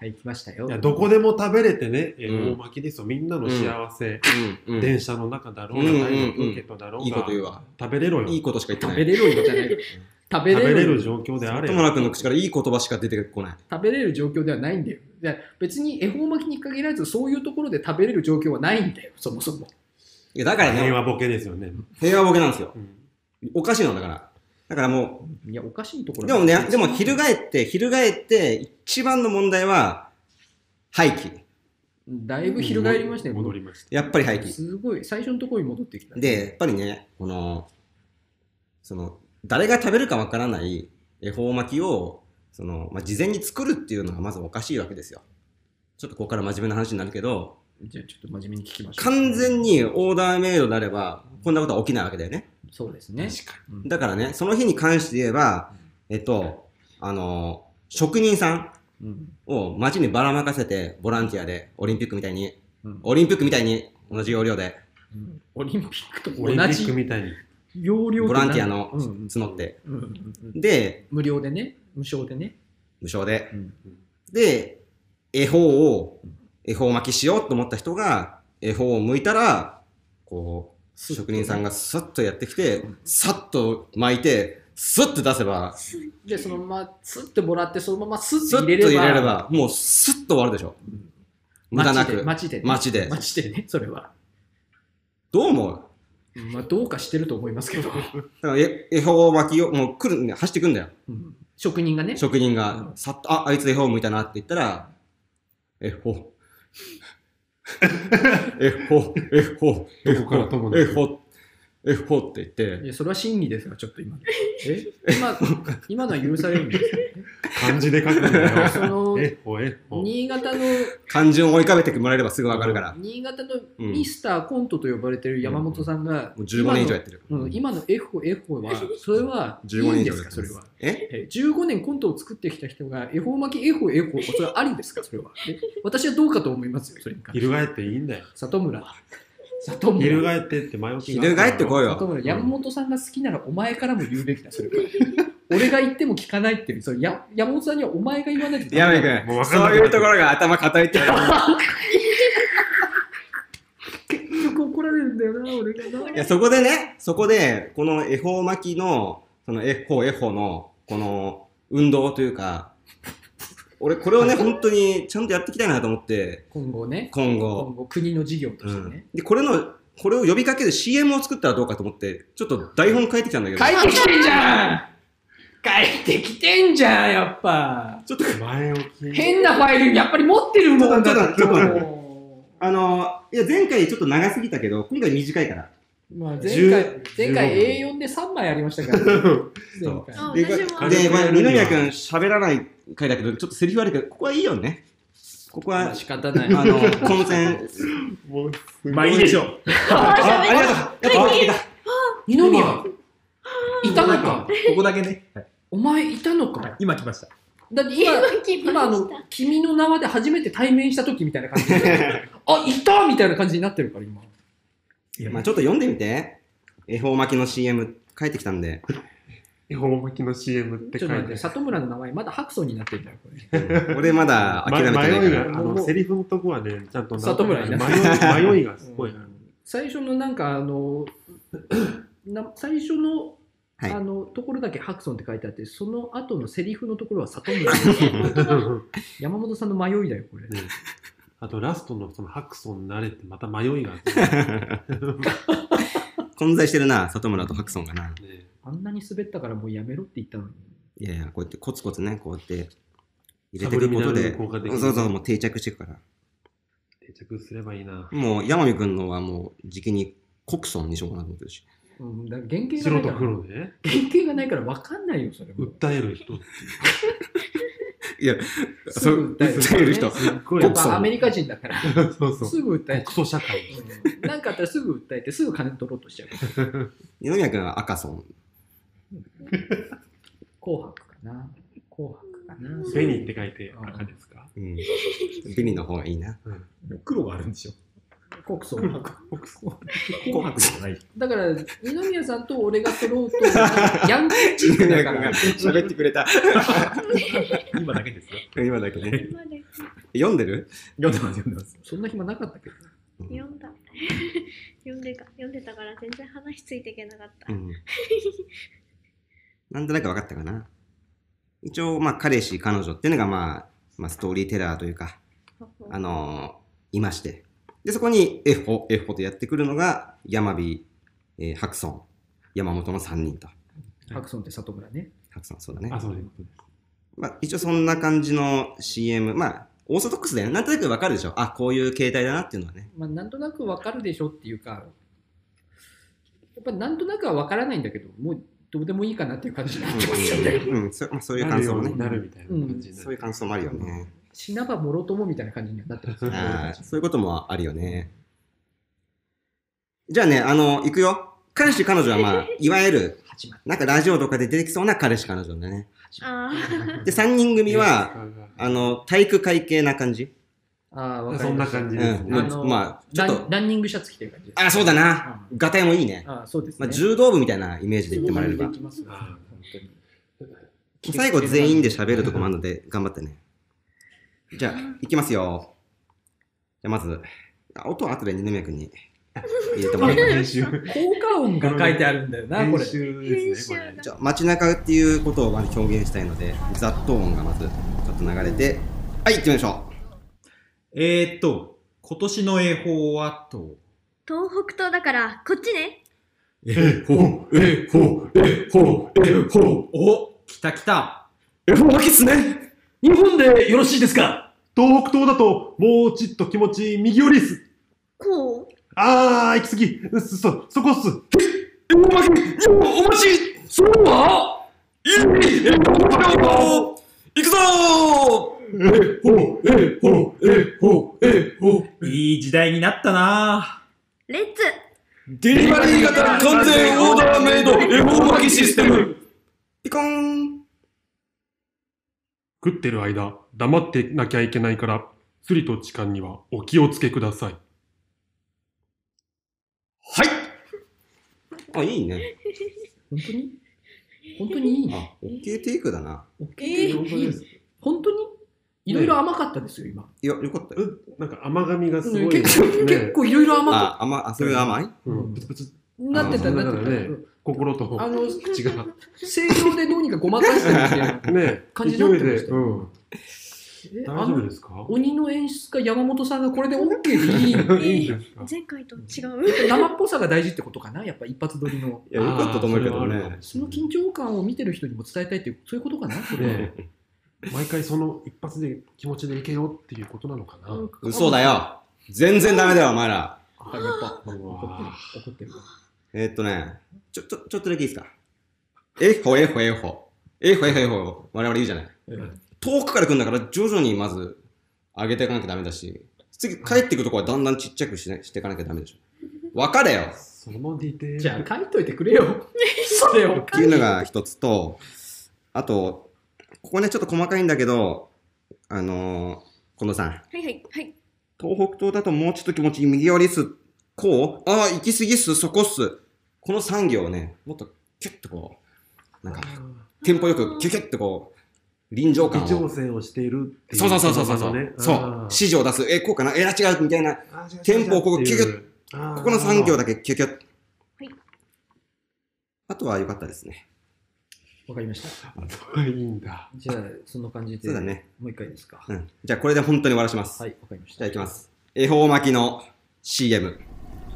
はい来ましたよ。 いやどこでも食べれてね、恵うん方巻きですよ。みんなの幸せ、 うんうん電車の中だろうが、 うんタイのプーケットだろうが、 いいこと言うわ。 食べれろよ。 いいことしか言ってない。 食べれるよじゃないよ。食べ食べれるれる状況であれ友村君の口からいい言葉しか出てこない。 食べれる状況ではないんだよ。いや別に恵方巻きに限らずそういうところで食べれる状況はないんだよ、そもそも。 いやだからね、 平和ボケですよね。 平和ボケなんですよう。んおかしいのだから。だからもいや、おかしいとこう、 ろでもね、でも翻って、翻って、一番の問題は、廃棄。 だいぶ翻りましたよ。 戻りました。 やっぱり廃棄。 すごい、最初のところに戻ってきた。 で、やっぱりね、この、その、誰が食べるかわからない恵方巻きを、その、まあ、事前に作るっていうのはまずおかしいわけですよ。ちょっとここから真面目な話になるけど、 じゃあちょっと真面目に聞きましょう。 完全にオーダーメイドであれば、こんなことは起きないわけだよね。 そうですね。 確かうんだからね、その日に関して言えば、えっと、あの、職人さんうんを街にばらまかせて、ボランティアで、オリンピックみたいに、 うんオリンピックみたいに同じ要領で、 うんオリンピックとに。オリンピック同じみたいに。 容量ボランティアのうんうん募って、 うんうんうんで、 無料でね、無償でね。 無償で、 うんで、恵方を、恵方巻きしようと思った人が、恵方を剥いたら、こう、職人さんがスッとやってきて、さっと巻いて、スッと出せば、スで、そのまま、スッてもらって、そのままスッッとて入れれば、 入れれば、もうスッと終わるでしょ。無駄なく。 街で、 街で街でね、それは。 どう思うまあ、どうかしてると思いますけど、 だからえ恵方巻きを、もう来るんだよ、走ってくんだよ。 うん職人がね。 職人が、さっと、あ、あいつ恵方剥いたなって言ったら、恵方。恵方、恵方、恵どこから友方、恵達方、恵方って言って、 いや、それは真理ですが、ちょっと今。え今、今のは許されるんですよね。 漢字で書くんだよ。 その、 えほえほ。 新潟の、 漢字を追いかけてもらえればすぐわかるから。 新潟のミスターコントと呼ばれてる山本さんが、 もうじゅうごねん以上やってる。 今のうん、今の F ホ F ホは、それは、いじゅうごねん以いんで上やってるすか、それは。 ええじゅうごねんコントを作ってきた人が、恵方巻き F ホ F ホ、それはありですか、それは。え私はどうかと思いますよ、それに関して。 翻っていいんだよ。 里村。里村。 翻ってって前置きが。 翻ってこいよ。 里村、山本さんが好きならお前からも言うべきだ、それは。俺が言っても聞かないっていう、それや山本さんにはお前が言わないとやめだ。 くん、 もう分かんなくなってるそういうところが頭固いって。 結局怒られるんだよな、俺がな。 いや、そこでね、そこで、この恵方巻きの、その恵方、恵方の、この、運動というか、俺、これをね、本当にちゃんとやっていきたいなと思って、 今後ね、 今今後。 後国の事業とうんしてね。 で、これの、これを呼びかける シーエム を作ったらどうかと思って、ちょっと台本書いてきたんだけど、 帰ってきてんじゃん帰ってきてんじゃん、やっぱ。 ちょっと、 前置き。 変なファイルやっぱり持ってるもんちょっとだって。 ちょっともあの、いや、前回ちょっと長すぎたけど、今回短いから。 うまあ、前じゅう回、前回じゅうごエーよん でさんまいありましたから、ね、前回。 あで、 私もで、まあ、二宮君喋らない回だけど、ちょっとセリフ悪いけど、ここはいいよね。ここは、 仕方ない。 あの、混戦。 もうすごまあいいでしょう。 あ、ありがとう。やっとここ聞けた。 二宮、いたのか。 ここだけね。はいお前いたのか。 今来ました。 だって今、 今来ました今あの、君の名はで初めて対面した時みたいな感じで。あ、いたみたいな感じになってるから、今。 まあちょっと読んでみて。恵方巻きの シーエム 書いてきたんで。 恵方巻きの シーエム って書いてちょっと待って、里村の名前まだ白ソになってるんだよ、これ。 俺まだ諦めてない迷いが、あから。 の、セリフのとこはね、ちゃんとな里村にな迷い迷いがすごいな。 最初のなんかあのな最初の、 はいあのところだけハクソンって書いてあって、その後のセリフのところは里村山本さんの迷いだよこれ、 ねあとラストのそのハクソンになれってまた迷いがあって、 混在してるな、里村とハクソンがな。 ねあんなに滑ったからもうやめろって言ったのに。 いやいや、こうやってコツコツね、こうやって入れていくことで、 サブリミナル効果的にそうそう、もう定着していくから。 定着すればいいな。 もう山見くんのはもう、時期にコクソンにしようかなと思ってるし。 うん、だから原型が白とないから黒で原型がないから分かんないよそれも訴える人っていや、 すぐ訴える訴える人。 すっごいやっぱアメリカ人だからそうそうすぐ訴え国祖社会うんなんかあったらすぐ訴えてすぐ金取ろうとしちゃう二宮くんは赤ソン。 紅白かな紅白かな紅って書いて赤ですか？ うん。ビリの方がいいな。 黒があるんでしょ。 国葬紅白じゃない。 だから二宮さんと俺が揃うとヤンキーチックだから喋ってくれた。 今だけですよ。 今だけね。 まで読んでる？ 読んでます、読んでます。 そんな暇なかったけど。 読んだ読んでか読んでたから全然話ついていけなかった、 うん、なんとなく分かったかな。一応、まあ、彼氏、彼女っていうのが、まあ、まあ、ストーリーテラーというか、あのー、いまして。で、そこに、エッホ、エッホとやってくるのが、山火、えー、白村、山本のさんにんと。 白村って里村ね。 白村、そうだね。 あ、そういうことです。 まあ、一応そんな感じの シーエム、まあ、オーソドックスだよね。なんとなく分かるでしょ。あ、こういう形態だなっていうのはね。 まあ、なんとなくわかるでしょっていうか、やっぱなんとなくはわからないんだけど、もうどうでもいいかなっていう感じになってますよね。 うん、そまあ、そういう感想もね。 なるみたいな感じになる。 そういう感想もあるよね。 死なばもろともみたいな感じにはなってますよね。 ああ、そういうこともあるよね。じゃあね、あの、行くよ。彼氏、彼女はまあ、いわゆる、なんかラジオとかで出てきそうな彼氏、彼女だね。 あで、さんにん組は、あの、体育会系な感じ。 ああ、わかそんなりました。 感じですね。 うんあのまあ、ちょっラとンランニングシャツ着てる感じです。 あ、そうだな。ガタイもいいね。 ああ、そうですね。 まあ、柔道部みたいなイメージで言ってもらえればで。きますね本当に。 最後全員で喋るとこもあるので、頑張ってね。じゃあ、行きますよ。じゃあ、まず、あ音は後で二宮君に入れてもらうから。 編集。 効果音が書いてあるんだよな、これ。 編集ですね、これ。 じゃあ、街中っていうことをまず表現したいので、雑踏音がまずちょっと流れて、はい、行ってみましょえーっと、今年の恵方はと、 東北東だからこっちね。 えほ、えほ、えほ、えほ、お、来た来た。 恵方巻きっすね。日本でよろしいですか？ 東北東だと、もうちっと気持ちいい右寄りっす。 こうあー、行き過ぎ。うっそ、そ、そこっす。 恵方巻き、お待ち、そうはいい、恵方行くぞえほ、えほ、えほ、えほ。 いい時代になったな。 レッツデリバリー型完全オーダーメイド恵方巻きシステム。 う。ピコーン。 食ってる間、黙ってなきゃいけないから、スリと痴漢にはお気をつけください。 はい。あ、いいね。 本当に本当にいいあ、オッケーテイクだな。 オッケー本当です。 本当にいろいろ甘かったですよ、今。 いや、よかったよ。 うなんか甘噛みがすごい、 結構、結構いろいろ甘かっあ、甘、あ、それが甘いうん、プツプツ。 た。なってた、 あなってた。 ね心とあの、 口が。 声量でどうにかごまかしてるみたいなね、 感じになってま勢いで、 したよ。 うん。 え大丈夫ですか？ 鬼の演出家山本さんがこれで OK でいいいいんですか？ 前回と違う。 生っぽさが大事ってことかな、やっぱ一発撮りの。 いや、よかったと思うけどあーそれはあるかねも。 その緊張感を見てる人にも伝えたいっていう、そういうことかな、これ。 ね毎回その一発で気持ちでいけよっていうことなのかな。 うん嘘だ。よ。全然ダメだよ、お前ら。 あ、やっぱ、 うわ怒ってる。怒ってる。 えー、っとね、ちょ、ちょ、ちょっとだけいいですか。えほえほえほ。えほえほえほ。我々言うじゃない。遠くから来るんだから徐々にまず上げていかなきゃダメだし、次帰っていくとこはだんだんちっちゃくし,、ね、していかなきゃダメでしょ。分かれよそのディテール。 じゃあ書いといてくれよ。それをっていうのが一つと、あと、ここね、ちょっと細かいんだけど、あのー、近藤さん。 はいはいはい。 東北東だともうちょっと気持ちいい右寄りっす。こうああ、行き過ぎっす、そこっす。このさん行をね、もっとキュッとこう、なんか、テンポよくキュキュッとこう、臨場感を。 微調整をしているっていう。 そうそうそうそうそう。そう、 ね、 そう指示を出す。え、こうかなえ、違うみたいな。テンポをここキュキュッ。ここのさん行だけキュキュッ。 はい。 あとは良かったですね。 わかりました。 あとはいいんだ。 じゃあ、そんな感じで。 そうだね。 もう一回ですか。 うん。じゃあこれで本当に終わらします。 はい、わかりました。 じゃあ行きます。恵方巻きの シーエム。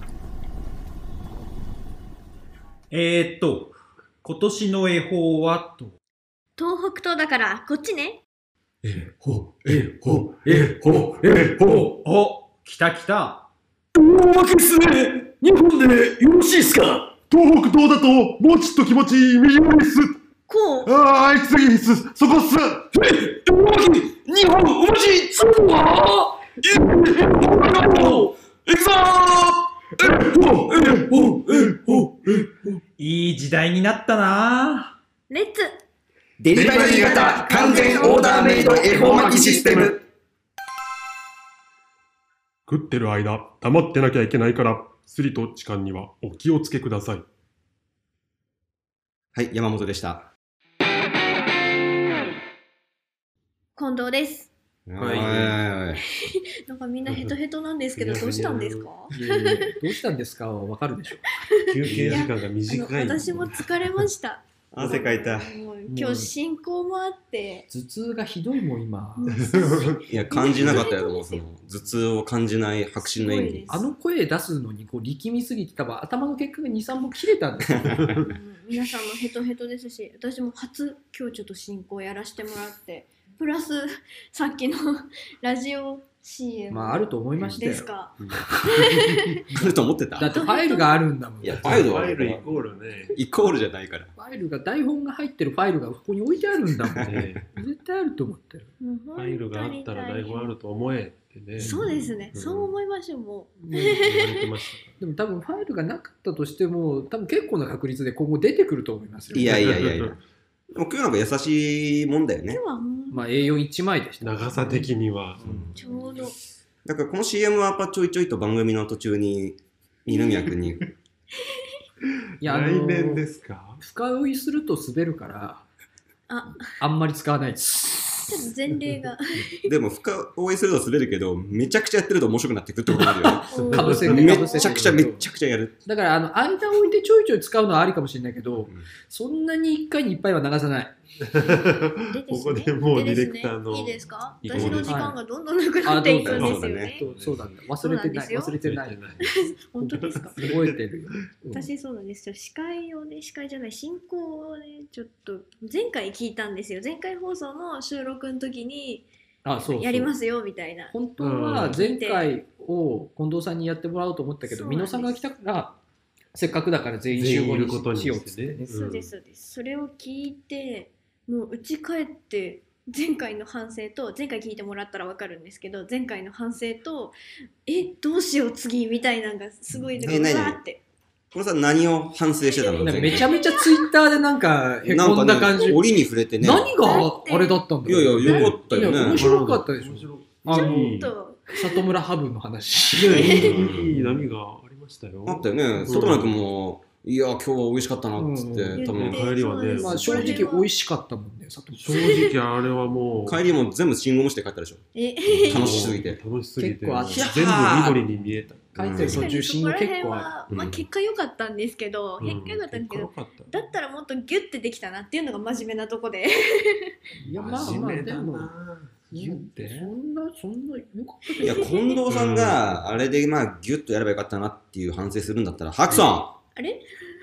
えーっと、今年の恵方はと、 東北東だからこっちね。 えほ、えほ、えほ、えほ。 お、来た来た。 大負けっすね。日本でよろしいっすか？ 東北東だともうちっと気持ちいい右寄りっす。 こうああ、行き過ぎっす。そこっす。 え、大負け、日本お待ち、そうはえ、え、おいくぞー。 いい時代になったな。 レッツデリバリー型完全オーダーメイド恵方巻きシステム。 食ってる間、黙ってなきゃいけないから、スリと痴漢にはお気をつけください。 はい、山本でした。 近藤です。 はいなんかみんなヘトヘトなんですけど、どうしたんですか？ いやいやどうしたんですかはわかるでしょ。 休憩時間があ短い。 の私も疲れました。 汗かいた。 もう今日進行もあって、 頭痛がひどいもん今。 もういや、感じなかったよ、もうその頭痛を感じない迫真の演技。 あの声出すのにこう力みすぎて多分頭の血管がに、さんぼん切れたんですよ。 うん皆さんもヘトヘトですし、私も初今日ちょっと進行やらせてもらって、プラスさっきのラジオ シーエムまああると思いましたよ。 ですか。 来ると思ってた。 だってファイルがあるんだもん。 いや、 フファイルはファイルイコールね。 イコールじゃないから。 ァイルが台本が入ってるファイルがここに置いてあるんだもん。 ね絶対あると思ってる。 もうファイルがあったら台本あると思えってね。 そうですね、 うんそう思いましょう。も言われてましたかでも多分ファイルがなかったとしても多分結構な確率で今後出てくると思いますよ。 いやいやいやいや。でも今日なんか優しいもんだようね今日。はもうまあ エーよんいち 枚でした。 長さ的には。 ちょうどだからこの シーエム はやっぱちょいちょいと番組の途中に二宮君にいやあの来年ですか？ 深追いすると滑るからああんまり使わないです。 ちょっと前例がでも深追いすると滑るけどめちゃくちゃやってると面白くなってくるってこともあるよね。 かぶせてめかぶせてちゃくちゃめちゃくちゃやる。 だからあの間を置いてちょいちょい使うのはありかもしれないけど、 うんそんなにいっかいにいっぱいは流さない。 でですここねでもうでですねディレクターのいいですか？ 意私向ですの時間がどんどんなくなっていくんですよそうだねね。 そうそうだね。忘れてない。忘れてない。 本当ですか？ 覚えてるよ。うん私そうなんですよ。司会をね、司会じゃない、進行をね、ちょっと前回聞いたんですよ。前回放送の収録の時にあ、そうそうやりますよみたいな。 本当は前回を近藤さんにやってもらおうと思ったけど、 そうなんです美濃さんが来たからせっかくだから全員集合にしようっつってね。 そうですそうです。それを聞いて、もう家帰って前回の反省と、前回聞いてもらったらわかるんですけど、前回の反省と、えどうしよう次みたいなのがすごいなんかうえ何わーって。 これさ何を反省してたの？ なんかめちゃめちゃツイッターでなんかへこんだ感じ。 ね、折に触れてね。 何があれだったんだいやいや、よかったよいや面ね。 白かったでしょ。あちょのっと里村ハブの話。 いや、いいいい波がありましたよ。 あったよね。外村君も、いや、今日は美味しかったなっつって、 うん多分帰りはねまあ正直美味しかったもんね、里村。 正直あれはもう帰りも全部信号無視で帰ったでしょ。 え楽しすぎて。 楽しすぎて結構あっ全部緑に見えた。 帰ってる途中信号結構あまあ結果良かったんですけど、結果良かったんですけど、 かっただったらもっとギュッてできたなっていうのが真面目なとこで。 る。いやまあまあ真面目だでもな。 言ってそんなそんなよかったいや、近藤さんがあれでまあギュッとやればよかったなっていう反省するんだったら、ハクソンあれ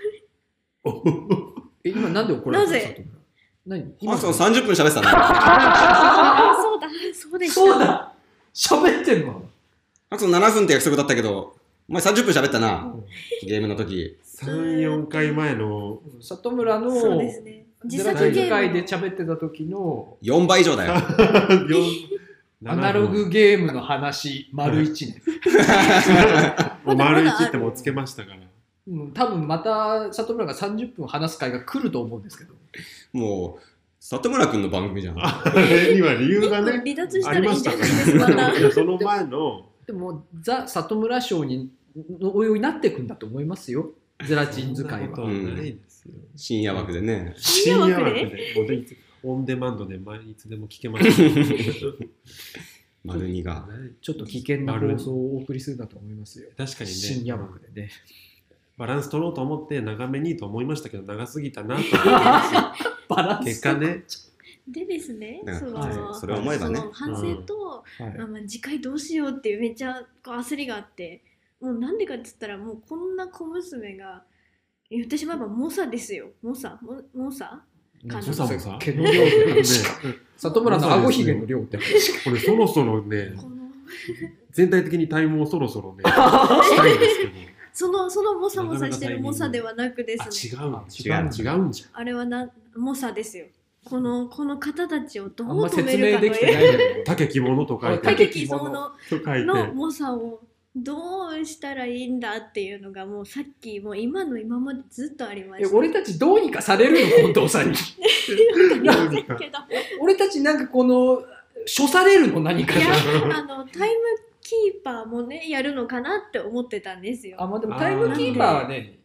え今なんで怒られたの？ なぜ里村何ハ今クソンさんじゅっぷん喋ってたな。 あそうだそうでした。 そうだ喋ってんのハクソンななふんって約束だったけど、お前さんじゅっぷん喋ったな。ゲームの時。 さん、よんかいまえの里村のそうですね。自ゼラ作ゲチン会でームの。 喋ってた時のよんばい以上だよ。 アナログゲームの話丸一年。 もう丸一ってもうつけましたから。 うん多分また里村がさんじゅっぷん話す会が来ると思うんですけど。 もう、里村君の番組じゃん。 あれには理由がね、 離脱しあたらいいんじりましたかゃないですか。またら。その前の、 でもザ・里村賞にの応用になっていくんだと思いますよ。ゼラチン使いは。 そんなことはないですよ。 深夜枠でね。 深夜枠でで、もういつオンデマンドで毎いつでも聞けます。 丸二が。 ちょっと危険な放送をお送りするんだと思いますよ。 確かにね、 深夜枠でね。 バランス取ろうと思って長めにと思いましたけど、長すぎたなと思います。 バランス結果ね、 でですね、 ねその、 はいそれを思えばねその反省と、 はいあまあ、次回どうしようっていうめっちゃこう焦りがあって、もうなんでかって言ったらもうこんな小娘が言ってしまえば猛者ですよ。猛者も猛者かな。 猛者猛者毛の量って話か。 ね里村の顎ひげの量って話か。 これそろそろね、 この全体的にタイムをそろそろね、したいんですけど。 そのその猛者猛者してる猛者ではなくであ、 すね。 違うの違う違うんじゃん。 あれはな猛者ですよ。このこの方たちをどうあんま止めるかと説明できてないいうんだけど。 竹着物と書いて、 竹竹木そのと書いて、 の猛者をどうしたらいいんだっていうのがもうさっきもう今の今までずっとありました。 え俺たちどうにかされるの近藤さんに。 わかりませんけど。 俺たちなんかこの処されるの何かいやじゃ。 あのタイムキーパーもねやるのかなって思ってたんですよ。 あまあでもタイムキーパーはね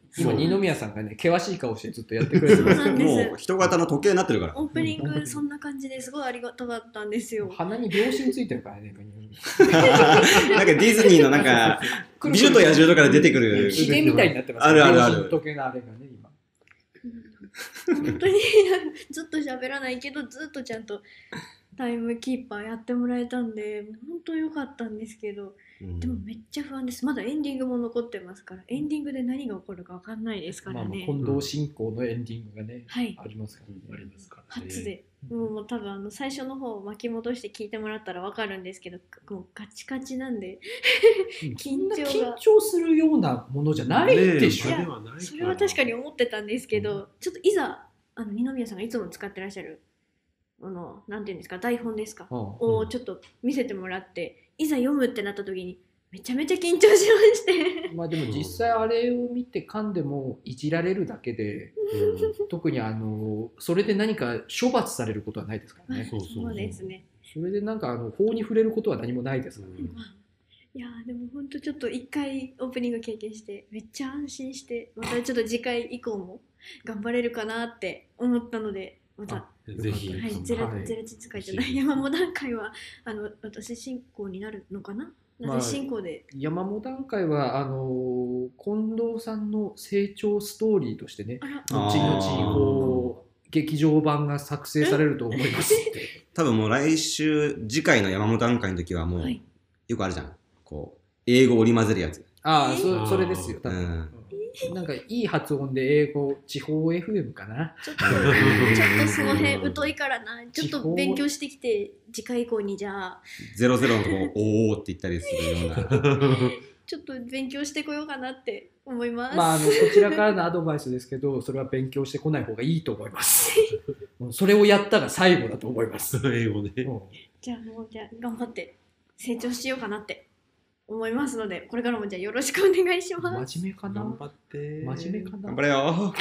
今二宮さんがね険しい顔してずっとやってくれてそうますなんですもう人型の時計になってるから。 オープニングそんな感じですごいありがたかったんですよ。 鼻に秒針ついてるからねなんかディズニーのなんか、美女と野獣とかで出てくる。 ヒゲみたいになってますあるあるある秒針時計のあれがね今本当にずっと喋らないけどずっとちゃんとタイムキーパーやってもらえたんで本当良かったんですけど、 うんでもめっちゃ不安です。まだエンディングも残ってますから、エンディングで何が起こるか分かんないですかまあまあらね。 近藤進行のエンディングがねはい、 ありますからね初で、もうもう多分あの最初の方を巻き戻して聞いてもらったら分かるんですけど、もうガチガチなんで緊張がそんな緊張するようなものじゃないでしょ、 いやねえ場ではないからそれは確かに思ってたんですけど、ちょっといざあの二宮さんがいつも使ってらっしゃるあのなんていうんですか台本ですか、 うんをちょっと見せてもらっていざ読むってなった時にめちゃめちゃ緊張しましてまあでも実際あれを見て噛んでもいじられるだけで特にあのそれで何か処罰されることはないですからねそうそうそうそうですね。 それでなんかあの法に触れることは何もないですからね、 いやーでも本当ちょっと一回オープニング経験してめっちゃ安心して、またちょっと次回以降も頑張れるかなって思ったので、またぜひ、 はい、ゼロはいゼロ実会じゃない山本段階はあの私進行になるのかな、 まあ私進行で山本段階はあの近藤さんの成長ストーリーとしてねあら後々こう劇場版が作成されると思いますって多分もう来週、次回の山本段階の時はもう、 はいよくあるじゃん。こう、英語織り交ぜるやつ。 ああえそそれですよ多う分、 ん。 なんかいい発音で英語地方 エフエム かなちょっとちょっとその辺疎いからな、ちょっと勉強してきて次回以降にじゃあゼロゼロのとこ、おーって言ったりするような。 ちょっと勉強してこようかなって思います。 まあ、あのこちらからのアドバイスですけどそれは勉強してこない方がいいと思いますうんそれをやったら最後だと思います、 英語ね。 うんじゃあもうじゃあ頑張って成長しようかなって思いますので、これからもじゃあよろしくお願いします。 真面目かな頑張って。 真面目かな頑張れよ。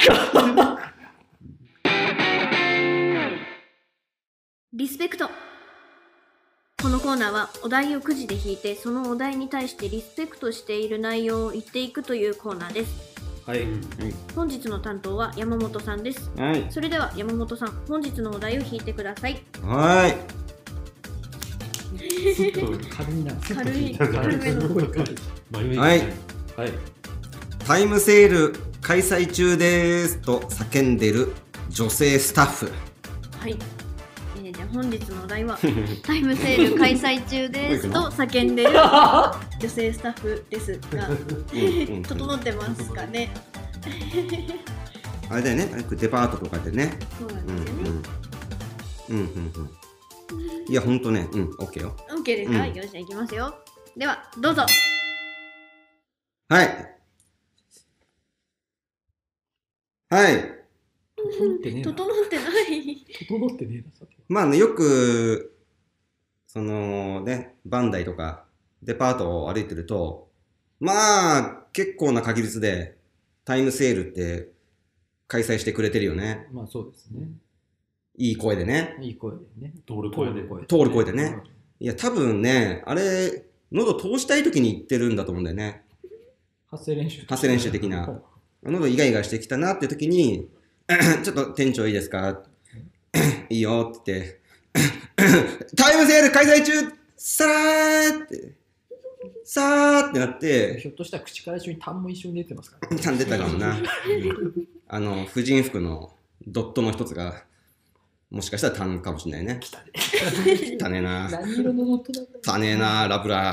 リスペクト。このコーナーはお題をくじで引いてそのお題に対してリスペクトしている内容を言っていくというコーナーです。 はい本日の担当は山本さんです。 はい。 それでは山本さん、本日のお題を引いてください。 は軽いな軽い軽軽めの真面目にはいはいい。タイムセール開催中ですと叫んでる女性スタッフ。 はい。えー、じゃあ本日のお題はタイムセール開催中ですと叫んでる女性スタッフですが、 うんうん整ってますかね。 あれだよね。デパートとかでね。 そうなんうんですよね。 うん。うんうんうん。いや、ほんとね。うん、オッケーよ。 OK ですか、 うんよし、じゃあいきますよ。ではどうぞ。 はい。はい。 整ってねえな整ってない。 整ってねえなさてはまあね、よく、そのね、バンダイとかデパートを歩いてると、まあ、結構な確率でタイムセールって開催してくれてるよね。 まあそうですねいい声でね。 いい声でね通る声で。 通る声でね。いや、多分ね、あれ、喉通したい時に言ってるんだと思うんだよね。 発声練習発声練習的な。喉イガイガしてきたなって時に、ちょっと店長いいですかいいよって言って、タイムセール開催中さらーって、さーってなって、 ひょっとしたら口から一緒に痰も一緒に出てますからねたん出たかもな。あの、婦人服のドットの一つが、もしかしたらタンかもしれないね。 来たね汚ねえな。 何色のノットなんだ汚ねえな、ラブラ。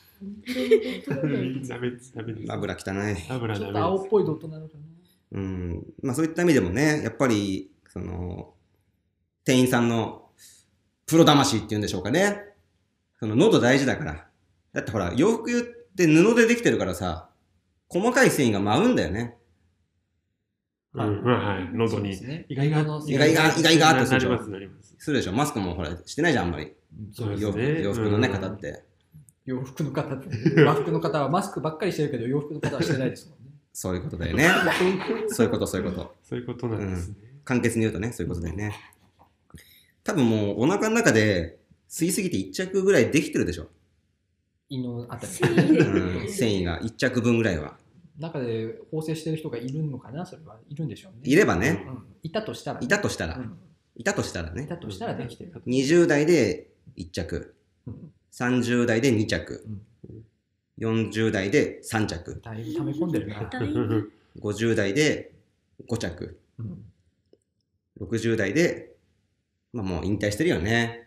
ダメです、ダメです。 ラブラ汚い。 ラブラちょっダメです。 と青っぽいドットなのかなうん。まあそういった意味でもね、やっぱり、その、店員さんのプロ魂っていうんでしょうかね。その喉大事だから。だってほら、洋服って布でできてるからさ、細かい繊維が舞うんだよね。 うん、はい。喉にそうです。ね意外が、 意外が意外がってするでしょなります、なります。 するでしょ。マスクもほら、してないじゃん、あんまり。 そうです洋服ね。 洋服のね、 うん方っ。て。 洋服の方って和服の方はマスクばっかりしてるけど洋服の方はしてないですもんねそういうことだよね。そういうこと、そういうこと。 そういうことなんですね。 簡潔に言うとね、そういうことだよね。多分もうお腹の中で吸いすぎていっ着ぐらいできてるでしょ。 胃のあたり繊維でうん、繊維がいっ着分ぐらいは。 中で構成してる人がいるのかな、それはいるんでしょうね。 いればね、 うん、いたとしたら、ね、 いたとしたら、 うん、 いたとしたらいね、 たとしたらできてる。 にじゅう代でいっ着、 うん、 さんじゅう代でに着、 うん、 よんじゅう代でさん着、 だいぶ溜め込んでるな。 ごじゅう代でご着、 うん、 ろくじゅう代で、まあもう引退してるよね。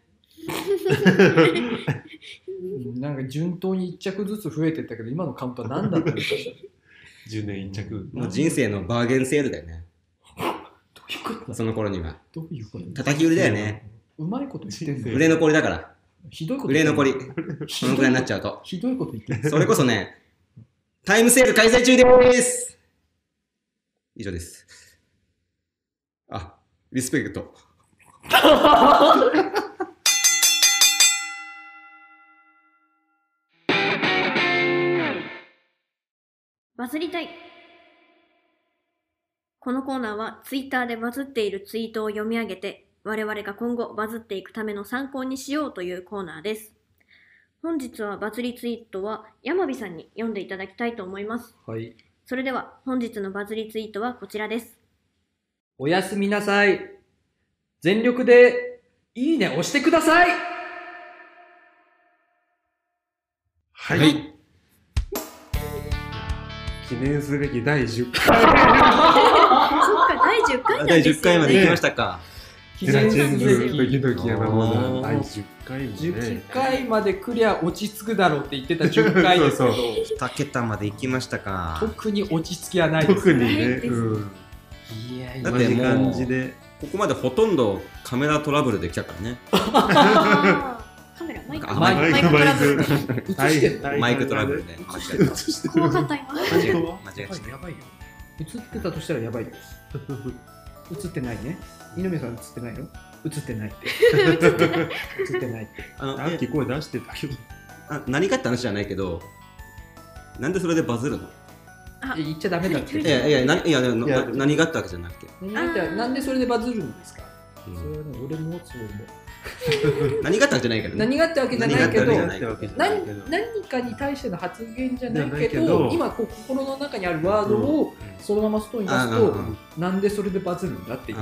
なんか順当にいっ着ずつ増えてったけど、今のカウントは何だったんですか？ じゅうねんいっ着。 もう人生のバーゲンセールだよね。 どういうこと？ その頃には。 どういうこと？ 叩き売りだよね。 うまいこと言ってんの。 売れ残りだから。 ひどいこと売れ残り。 ひそのくらいになっちゃうと。 ひどいこと言ってる。 それこそね、タイムセール開催中です。以上です。あ、リスペクト。 バズりたい。このコーナーはツイッターでバズっているツイートを読み上げて、我々が今後バズっていくための参考にしようというコーナーです。本日はバズりツイートは山火さんに読んでいただきたいと思います。 はい。 それでは本日のバズりツイートはこちらです。 おやすみなさい。全力でいいね押してください。 はい。はい、記念すべきだいじゅっかい。 そっか、だいじゅっかいなんですよね。 だいじゅっかいまで行きましたか。 記念すべき時々山本だいじゅっかいもね。 じゅっかいまでクリア落ち着くだろうって言ってたじゅっかいですけど、 に桁まで行きましたか。 特に落ち着きはないです。 特にね。うん。 いやいや、だってもう感じでここまでほとんどカメラトラブルで来たからね。 カメラ、マイク、 マイク、 マイクトラブル。 映してる。 マイクトラブルで。 映してる。 怖かった今。 間違え間違えやばいよ。映ってたとしたらやばいよ。映ってないね。二宮さん映ってないよ。映ってないって。映ってないって。 あの、 さっき声出してたけど。 あ、何かって話じゃないけど、なんでそれでバズるの？ 言っちゃダメだって。 いやいや、ないや何があったわけじゃなくて。 なんでそれでバズるんですか？それはね、俺もそう思う。 何があったわけじゃないけどね。 何があったわけじゃないけど、 何何かに対しての発言じゃないけど、今こう心の中にあるワードをそのまま外に出すと、なんでそれでバズるんだっていう。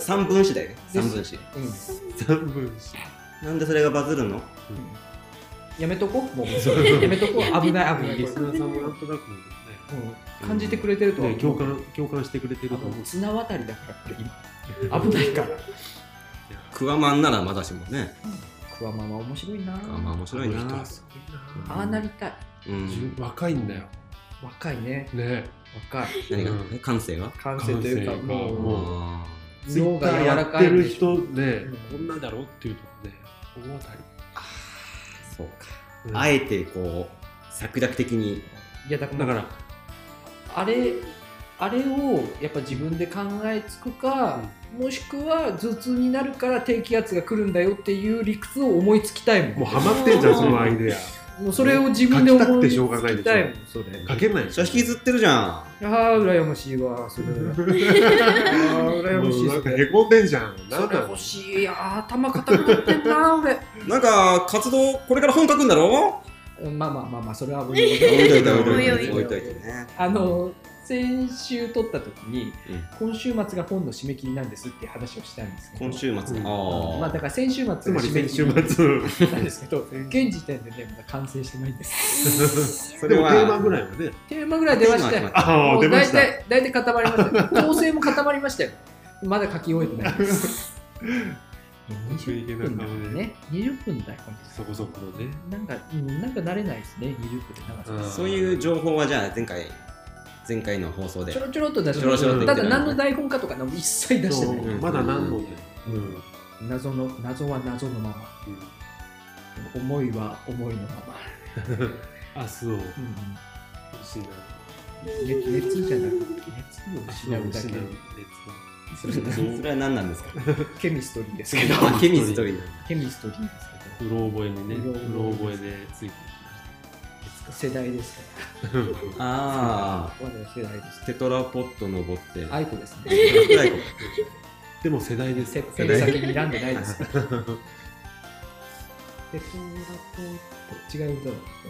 三分子だよね。三分子。 三分子。 なんでそれがバズるの？ やめとこもうやめとこ危ない危ないです。 さんもなんとなく感じてくれてると共感共感してくれてると思う。 綱渡りだから今危ないから。 クワマンならまだしもね。 クワマンは面白いな。 クワマン面白いね。 ああなりたい。 若いんだよ。 若いね。 ね。 若い。 何が感性は？ 感性というかもう脳がやらかいる人でこんなだろうっていうとね大当たり。 そうか。あえてこう策略的に。 いやだからあれあれをやっぱ自分で考えつくか、うん、もしくは頭痛になるから低気圧が来るんだよっていう理屈を思いつきたいもん。 もうハマってんじゃんそのアイデア。 もうそれを自分で思いつきたいもん。 それ書けない。 それ引きずってるじゃん。 ああ羨ましいわそれ。ああ羨ましい。 なんかへこんでんじゃん。 なんか欲しい。あ頭固くなってんな俺。 なんか活動これから本書くんだろ？ まあまあまあまあそれは置いといて置いといてね。 あの先週撮った時に、うん、今週末が本の締め切りなんですっていう話をしたんですけど、 今週末、うん、 あまあだから先週末が締め切りなんですけど現時点でねまだ完成してないんですそれはテーマぐらいはねテーマぐらい出ましたよ。 ああ出ました。 大体大体固まりましたよ。構成も固まりましたよ。まだ書き終えてないですにじゅっぷんだね。にじゅっぷんだよ。 そこそこのね。 なんかなんか慣れないですね。にじゅっぷんで長さ。 そういう情報はじゃあ前回前回の放送でちょろちょろっと出してます。ただ何の台本かとか一切出してない。 まだ何のね。 謎の謎は謎のまま。思いは思いのまま。 明日を失う。熱じゃなくて熱を失うだけ。 それは何なんですか？ ケミストリーですけど。 ケミストリー。 ケミストリーですけど。うろ覚えにね。うろ覚えでついて世代ですから。 ああ。 我々世代です。 テトラポット登って。 アイコですね。 でも世代です。 世代先に選んでないです。テトラポット違う歌だ。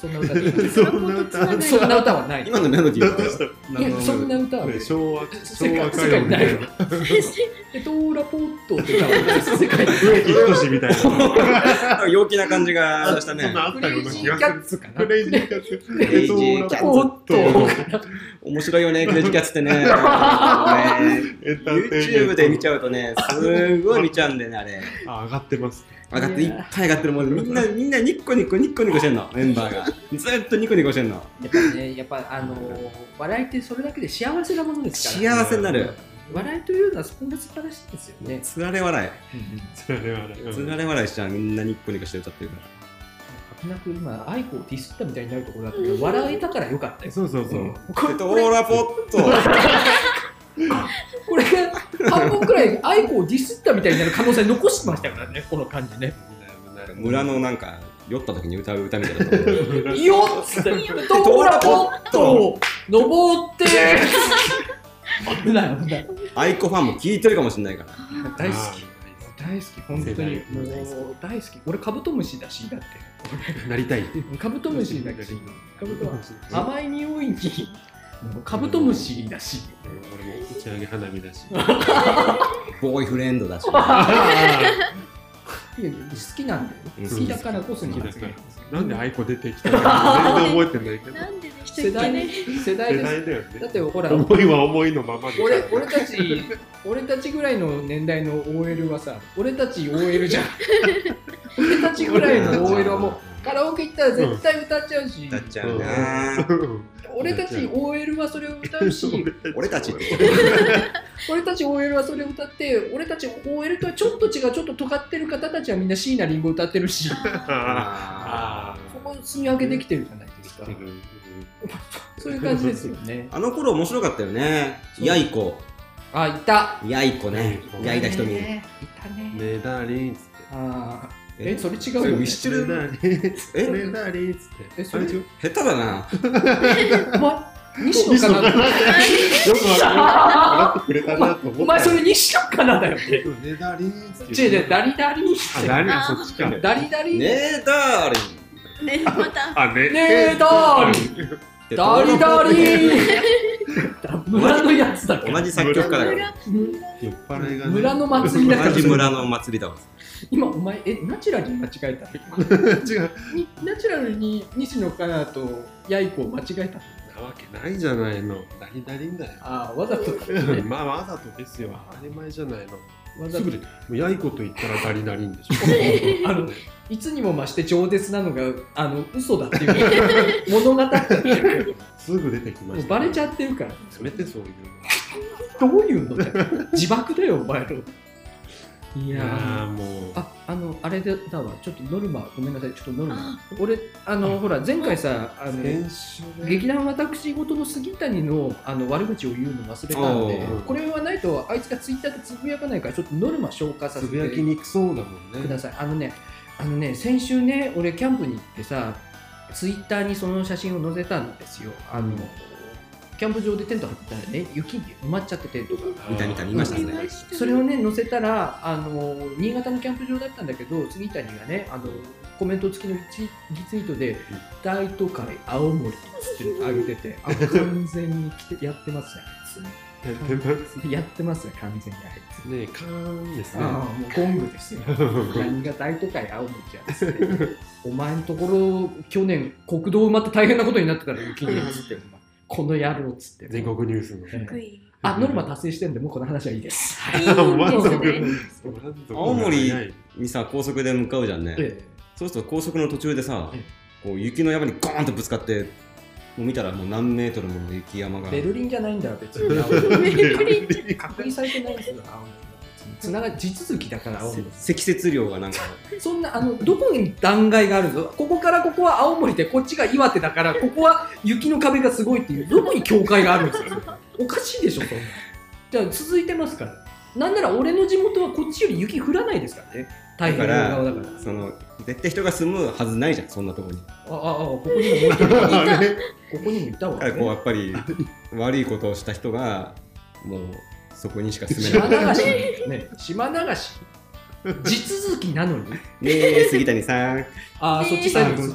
そんな歌でいいそんな歌そんな歌はない。 今のメロディーはいや、そんな歌はね昭和昭世界和歌世界にないわ謡みたいな。 でドーラポットって歌は世界に植木仁みたいな。 陽気な感じがしたねそん。なあったような気キャがする。 ッツかな。 クレイジーキャッツ。 クレイジーキャッツポット。 面白いよね、クレイジーキャッツってね。ねエンターテインメント YouTube で見ちゃうとね、すごい見ちゃうんだよね、あれ。 あ、上がってます。 上がっていっぱい上がってるもんみんなみんなニッコニコニッコニコしてんのメンバーがずっとニコニコしてんの。 やっぱね、やっぱあのー、笑いってそれだけで幸せなものですから、 幸せになる。 笑いというのはそんな素晴らしいですよね。 つられ笑それはねいつられ笑いしちゃうみんなニッコニコして歌ってるから危なく今アイコをディスったみたいになるところだったけど、笑えたからよかったよ。 そうそうそう。 これドーラポットこれが半分くらいアイコをディスったみたいになる可能性残してましたからね、この感じね。 村のなんか酔った時に歌う歌みたいなところいいよっつってドーラポット登って危ない危ない。 アイコファンも聞いてるかもしれないから大好き大好き本当に世代もう大好き。俺カブトムシだしだってなりたい。 カブトムシだしカブトは甘い匂いにカブトムシだし俺も打ち上げ花火だし。 ボーイフレンドだしいや好きなんだよ、 うん好きだからこそに発言。 なんでアイコ出てきたのか全然覚えてないけど。 なんででしたっ世代けね。 世代世です。 代だよね。 だってほら思いは思いのままで。 俺俺たち俺たちぐらいの年代の オーエル はさ、俺たち オーエル じゃん俺たちぐらいの オーエル はもうカラオケ行ったら絶対歌っちゃうし、 歌っちゃうな俺たち オーエル はそれを歌うし俺たちって俺たち オーエル はそれを歌って、俺たち オーエル とはちょっと違う、ちょっと尖ってる方たちはみんな椎名林檎歌ってるし、 あそこ住み分けできてるじゃないですか。そういう感じですよね。 あの頃面白かったよねヤイコあ、いた。 ヤイコね焼いた瞳ねいたね。 メダリンっつって。 あーえ、それ違そうれよね。 ミスチルメダリン。 えメダリンっつって。 え、それ、 あれ違う下手だなお前、西野かな。 よく笑ってくれたなと思った。 お前、それ西野かなだよね。 メダリンっつって。 違う違う、ダリダリあ、ダリン、そっちか。 ダリダリねえダーリンね、また。 あ、ね。 ねえ、ダーリンダリダリ村のやつだから。 同じ作曲家だから酔っ払いがね。 村の祭りだから同じ村の祭りだわ今、お前、え、ナチュラルに間違えた違う。 にナチュラルに西野カナとヤイコを間違えたなわけないじゃないの。ダリダリンだよ。 ああ、わざと。 まあ、わざとですよ。当たり前じゃないの。 わざとすぐで、もうやいこと言ったらダリダリンでしょ。 あのいつにも増して饒舌なのがあの嘘だっていう物語っちゃってるすぐ出てきました。 もうバレちゃってるから。 やめて、そういうどういうのだよ自爆だよお前の。いの。いややー、 ーもう。 あ、あの、あれだわ、ちょっとノルマ、ごめんなさい、ちょっとノルマ。俺、あの、ほら、前回さ、あの、 練習で劇団私事の杉谷のあの悪口を言うの忘れたんでおう、 これはないと、あいつがツイッターでつぶやかないから、ちょっとノルマ消化させつぶやきてにくそうだもんね。 ください。あのね、あのね、先週ね、俺、キャンプに行ってさ、ツイッターにその写真を載せたんですよ。あの、キャンプ場でテント張ってたらね、雪に埋まっちゃってテントが。 見た見た見ましたねそれをね載せたらあの新潟のキャンプ場だったんだけど杉谷がねあのコメント付きのリツイートで「大都会青森」っていうのを上げててあ完全に来てやってますねやってますやってますね完全にあいつね。カーンですね。 ああもうゴングですよ何が大都会青森じゃんっつってお前のところ去年国道埋まって大変なことになってたら雪にっつってお前この野郎っつって全国ニュースの。 ええかっこいい。 あノルマ達成してるんでもうこの話はいいですいいです満足ね。 青森にさ高速で向かうじゃんねえそうすると高速の途中でさえこう雪の山にゴーンとぶつかってもう見たらもう何メートルもの雪山がベルリンじゃないんだよ別に確認されてないんですよ青森つなが地続きだから青森積雪量がなんかそんなあのどこに断崖があるぞここからここは青森でこっちが岩手だからここは雪の壁がすごいっていうどこに境界があるんですかおかしいでしょそんなじゃあ続いてますからなんなら俺の地元はこっちより雪降らないですからね太平洋側だからその絶対人が住むはずないじゃんそんなところにあああここにももう一人こあれこにもいたわ、 だからこうやね、 っぱり悪いことをした人がもうそこにしか住め島ない流しね島流し地続きなのにねえ杉谷さんああ、そっちサイドについた。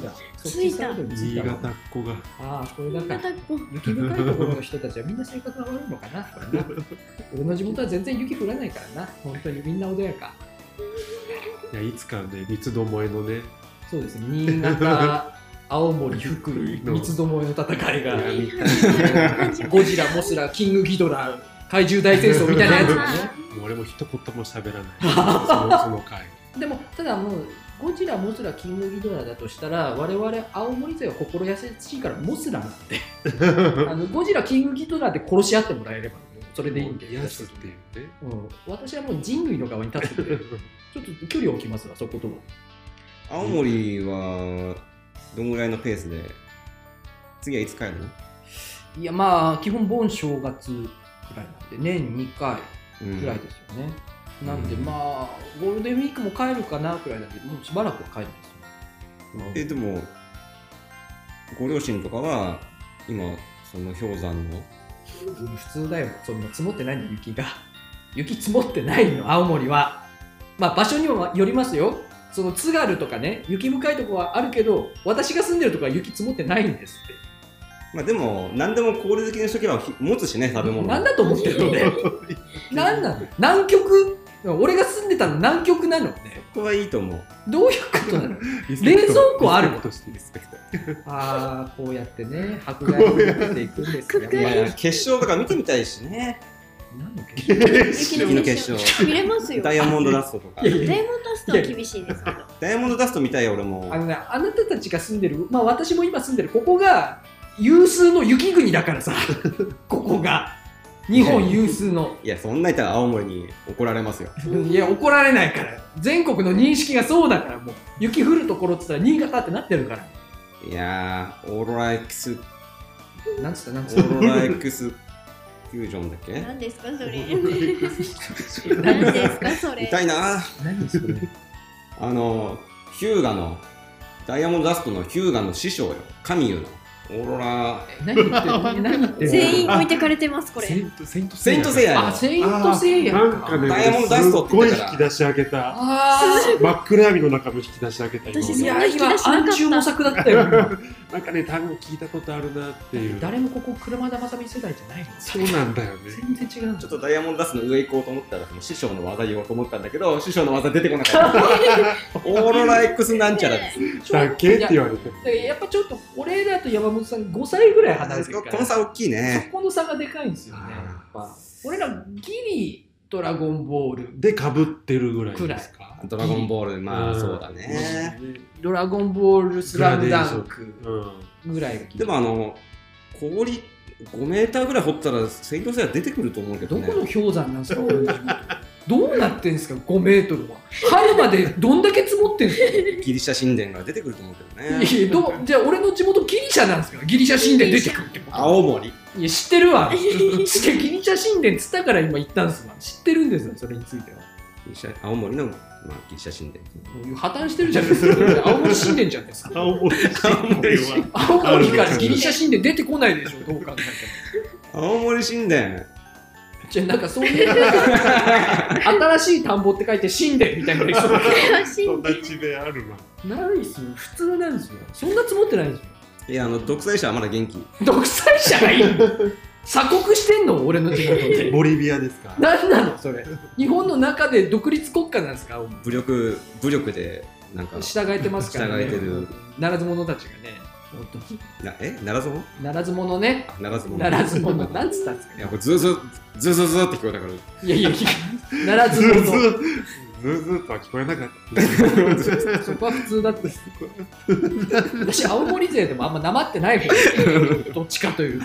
着いた。 新潟っ子が。 ああ、これだから。 新潟っ子。 雪深いところの人たちはみんな性格が悪いのかな、これな。俺の地元は全然雪降らないからな、本当にみんな穏やか。 いや、いつかね、三つどもえのね、 そうですね、新潟、青森、福井、三つどもえの戦いが、 いや見たいゴジラ、モスラ、キングギドラ、怪獣大戦争みたいなやつがね。 もう俺も一言も喋らない。そのその回。 でも、ただもう、ゴジラ、モスラ、キングギドラだとしたら、我々青森勢は心優しいからモスラなんで、あのゴジラ、キングギドラで殺し合ってもらえれば、それでいいんで。 癒すっていうね。 うん、私はもう人類の側に立つんで、ちょっと距離を置きますわ、そことは。 青森はどんぐらいのペースで次はいつ帰るの？ いや、まあ基本盆正月くらいなんで年にかいくらいですよね、うん、なんでまあゴールデンウィークも帰るかなくらいなんで、もうしばらくは帰るんですよ。 えでもご両親とかは今その氷山の普通だよ、そんな積もってないの、雪が雪積もってないの、青森は。まあ場所にもよりますよ。その津軽とかね、雪深いとこはあるけど、私が住んでるとこは雪積もってないんですって。 まあでも何でも氷好きにしとけば持つしね、食べ物。 なんだと思ってるのね。なんなの、南極、俺が住んでたの南極なのね。 ここはいいと思う。 どういうことなの？冷蔵庫あるの？ リスペクト。 ああ、こうやってね、迫害を受けていくんですよ。 迫いや決勝とか見てみたいしね。 何の決勝？ 雪の決勝見れますよ。 ダイヤモンドダストとか。 いやいやダイヤモンドダストは厳しいですけど。 ダイヤモンドダスト見たいよ俺も。 あのね、あなたたちが住んでる、まあ私も今住んでるここが有数の雪国だからさ、ここが日本有数の。 いやそんな言ったら青森に怒られますよ。 いや怒られないから。全国の認識がそうだから、もう雪降るところって言ったら新潟ってなってるから。 いやーオーロラ X なんつったなんオつった。 ーロラ X フュージョンだっけ？ 何ですかそれ。何ですかそれ。 痛いな。 何それ。 あのヒューガのダイヤモンドダストのヒューガの師匠よ、神優のオーロラ。 何言ってる？何言ってる？ 全員置いてかれてますこれ。 セイントセイントセイントセイヤよ。 あ、セイントセイヤなんかね、 ダイヤモンドダストってすっごい言ってたから引き出し開けた。 あ真っ暗闇の中の引き出し開けた。 私あ、い今や、今暗中模索だったよ。 なんかね、単語聞いたことあるなっていう。 誰もここ車田正美世代じゃないの。 そうなんだよね。 全然違うんだ。 ちょっとダイヤモンドダストの上行こうと思ったらその師匠の技言おうと思ったんだけど、師匠の技出てこなかった。オーロラ X なんちゃらです。 だっけって言われて。 でやっぱちょっと俺らと山本さんごさいぐらい離れてるから、 この差大きいね。 そこの差がでかいんですよね。やっぱ俺らギリドラゴンボールでかぶってるぐらいですか。 ドラゴンボール、まあそうだね。 ドラゴンボールスラムダンクうん。 ぐらいがギリ。 でもあの氷ごメーターぐらい掘ったらセイントセイヤ出てくると思うけどね。 どこの氷山なんですか俺の地元。どうなってんですかごメートルは。春までどんだけ積もってんですか。 ギリシャ神殿が出てくると思うけどね。 いやどうじゃあ俺の地元ギリシャなんですか。ギリシャ神殿出てくるってこと。 青森。 いや知ってるわ。ギリシャ神殿つったから今言ったんですわ。知ってるんですよそれについては。 ギリシャ青森の、まあ、ギリシャ神殿。 破綻してるじゃないですか。青森神殿じゃないですか。 青森神殿は。 青森からギリシャ神殿出てこないでしょどう考えても。 青森神殿。 じゃあなんかそういう新しい田んぼって書いて神殿みたいなのそんな地名あるわ。 ないっすよ普通なんですよ。そんな積もってないんですよ。 いやあの独裁者はまだ元気。 独裁者がいいの鎖国してんの俺の地元で。 ボリビアですか。 何なのそれ。日本の中で独立国家なんですか。 武力武力でなんか従えてますからね。 従えてるならず者たちがね。本当になえならずもならず者ね。 あならずもならず者なんつったんですか。 いやこれズーズーズーズーズーって聞こえたから。 いやいやならずズーズー者。 ズーズーとは聞こえなかった。 そこは普通だって私青森勢でもあんまなまってない方どっちかというと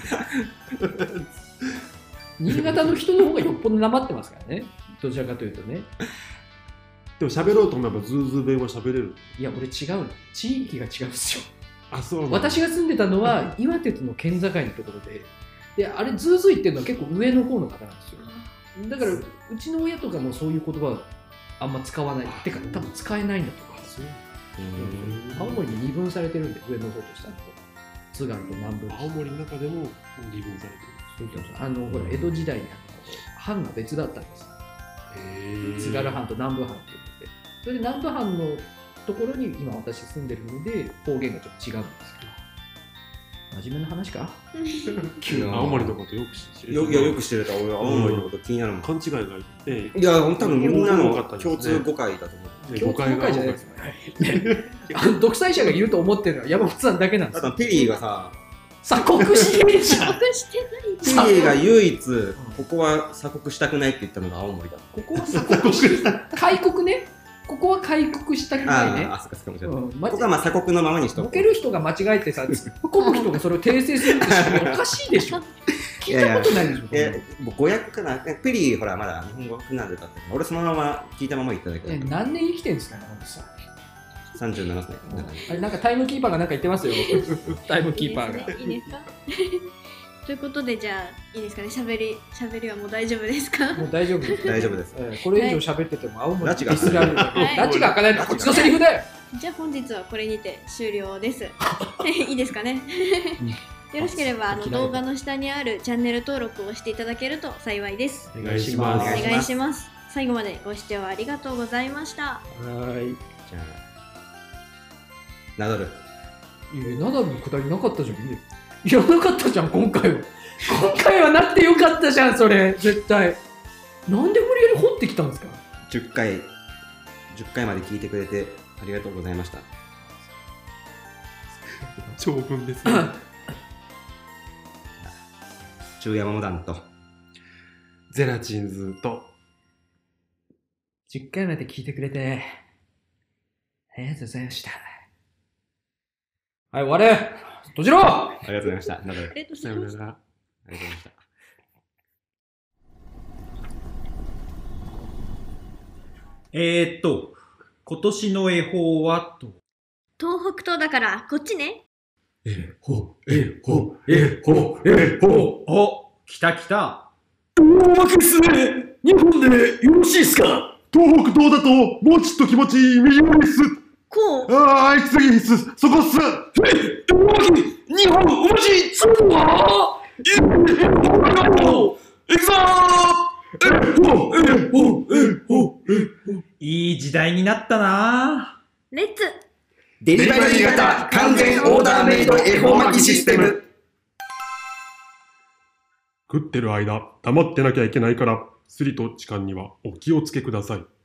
新潟の人の方がよっぽどなまってますからねどちらかというとね。 でも喋ろうと思えばズーズー弁は喋れる。 いや俺違うの地域が違うんですよ。 あ、そうなんだ。 私が住んでたのは岩手との県境のところでであれズーズー言ってるのは結構上の方の方なんですよ。だからうちの親とかもそういう言葉あんま使わないてか多分使えないんだとか。青森に二分されてるんで上の方と下の方津軽と南部。 青森の中でも二分されてそうそうそうあのほら江戸時代に藩が別だったんです。 る。へー津軽藩と南部藩って言ってそれで南部藩のところに今私住んでるので方言がちょっと違うんですけど。真面目な話か急に青森のことよく知ってる。 よいやよく知れた。俺は青森のこと気になるもん。 勘違いがいって。 いや、多分みんなの多かったですね共通誤解だと思う。 共通誤解じゃないですね。独裁者がいると思ってるのは山本さんだけなんですよ。 あとペリーがさ、 鎖国してるじゃん。 隠してないペリーが唯一ここは鎖国したくないって言ったのが青森だ。 ここは鎖国した開国ね。ここは開国したくないね。 ああ、そっかそっかもしれない。 うん、 ここはまあ鎖国のままにしとく。 ボケる人が間違えてさ、突っ込む人がそれを訂正するって仕組みおかしいでしょ。聞いたことないでしょ。 え、もう語訳かな。ペリーほらまだ日本語普段で歌ってる。俺そのまま聞いたまま言っただけだえ、何年生きてるんですかね、山本さん。 さんじゅうななさい。 あれなんかタイムキーパーがなんか言ってますよ。タイムキーパーが。 いいですかということで、じゃあいいですかね、しゃべりしゃべりはもう大丈夫ですか？ もう大丈夫です。 大丈夫です。 えーこれ以上喋ってても青森拉致がディスられる。 はい拉致が開かないのはこっちのセリフだよ。 じゃあ本日はこれにて終了ですいいですかねよろしければあの動画の下にあるチャンネル登録をしていただけると幸いです。 お願いします。 お願いします。最後までご視聴ありがとうございました。 はい。 じゃあ、ナダル。 いや、ナダルのくだりなかったじゃん。いや、なかったじゃん、今回は。今回はなってよかったじゃん、それ。絶対。なんで無理やり掘ってきたんですか？ じゅっかい、じゅっかいまで聞いてくれてありがとうございました。 長文ですね。 中山モダンと。 ゼラチンズと。 じゅっかいまで聞いてくれて、ありがとうございました。はい、終われ閉じろ。 ありがとうございました。ナダル。 ありがとうごさざいます。 ようなら。 ありがとうございました。 えーっと、今年の恵方はと。 東北東だからこっちね。 えほ、えほ、えほ、えほ。 お、来た来た。 大わけっすね。日本でよろしいっすか？東北東だともうちっと気持ちいい右上っす。 こうああ、あいつ次っす。そこっす。え、大わけ、日本お待ち、そうはえ、え、ほ、え、いくぞー。えほ、えほ、えほ、えほ。 いい時代になったな。 レッツデリバリー型完全オーダーメイド恵方巻きシステム。 食ってる間、黙ってなきゃいけないから、スリと痴漢にはお気をつけください。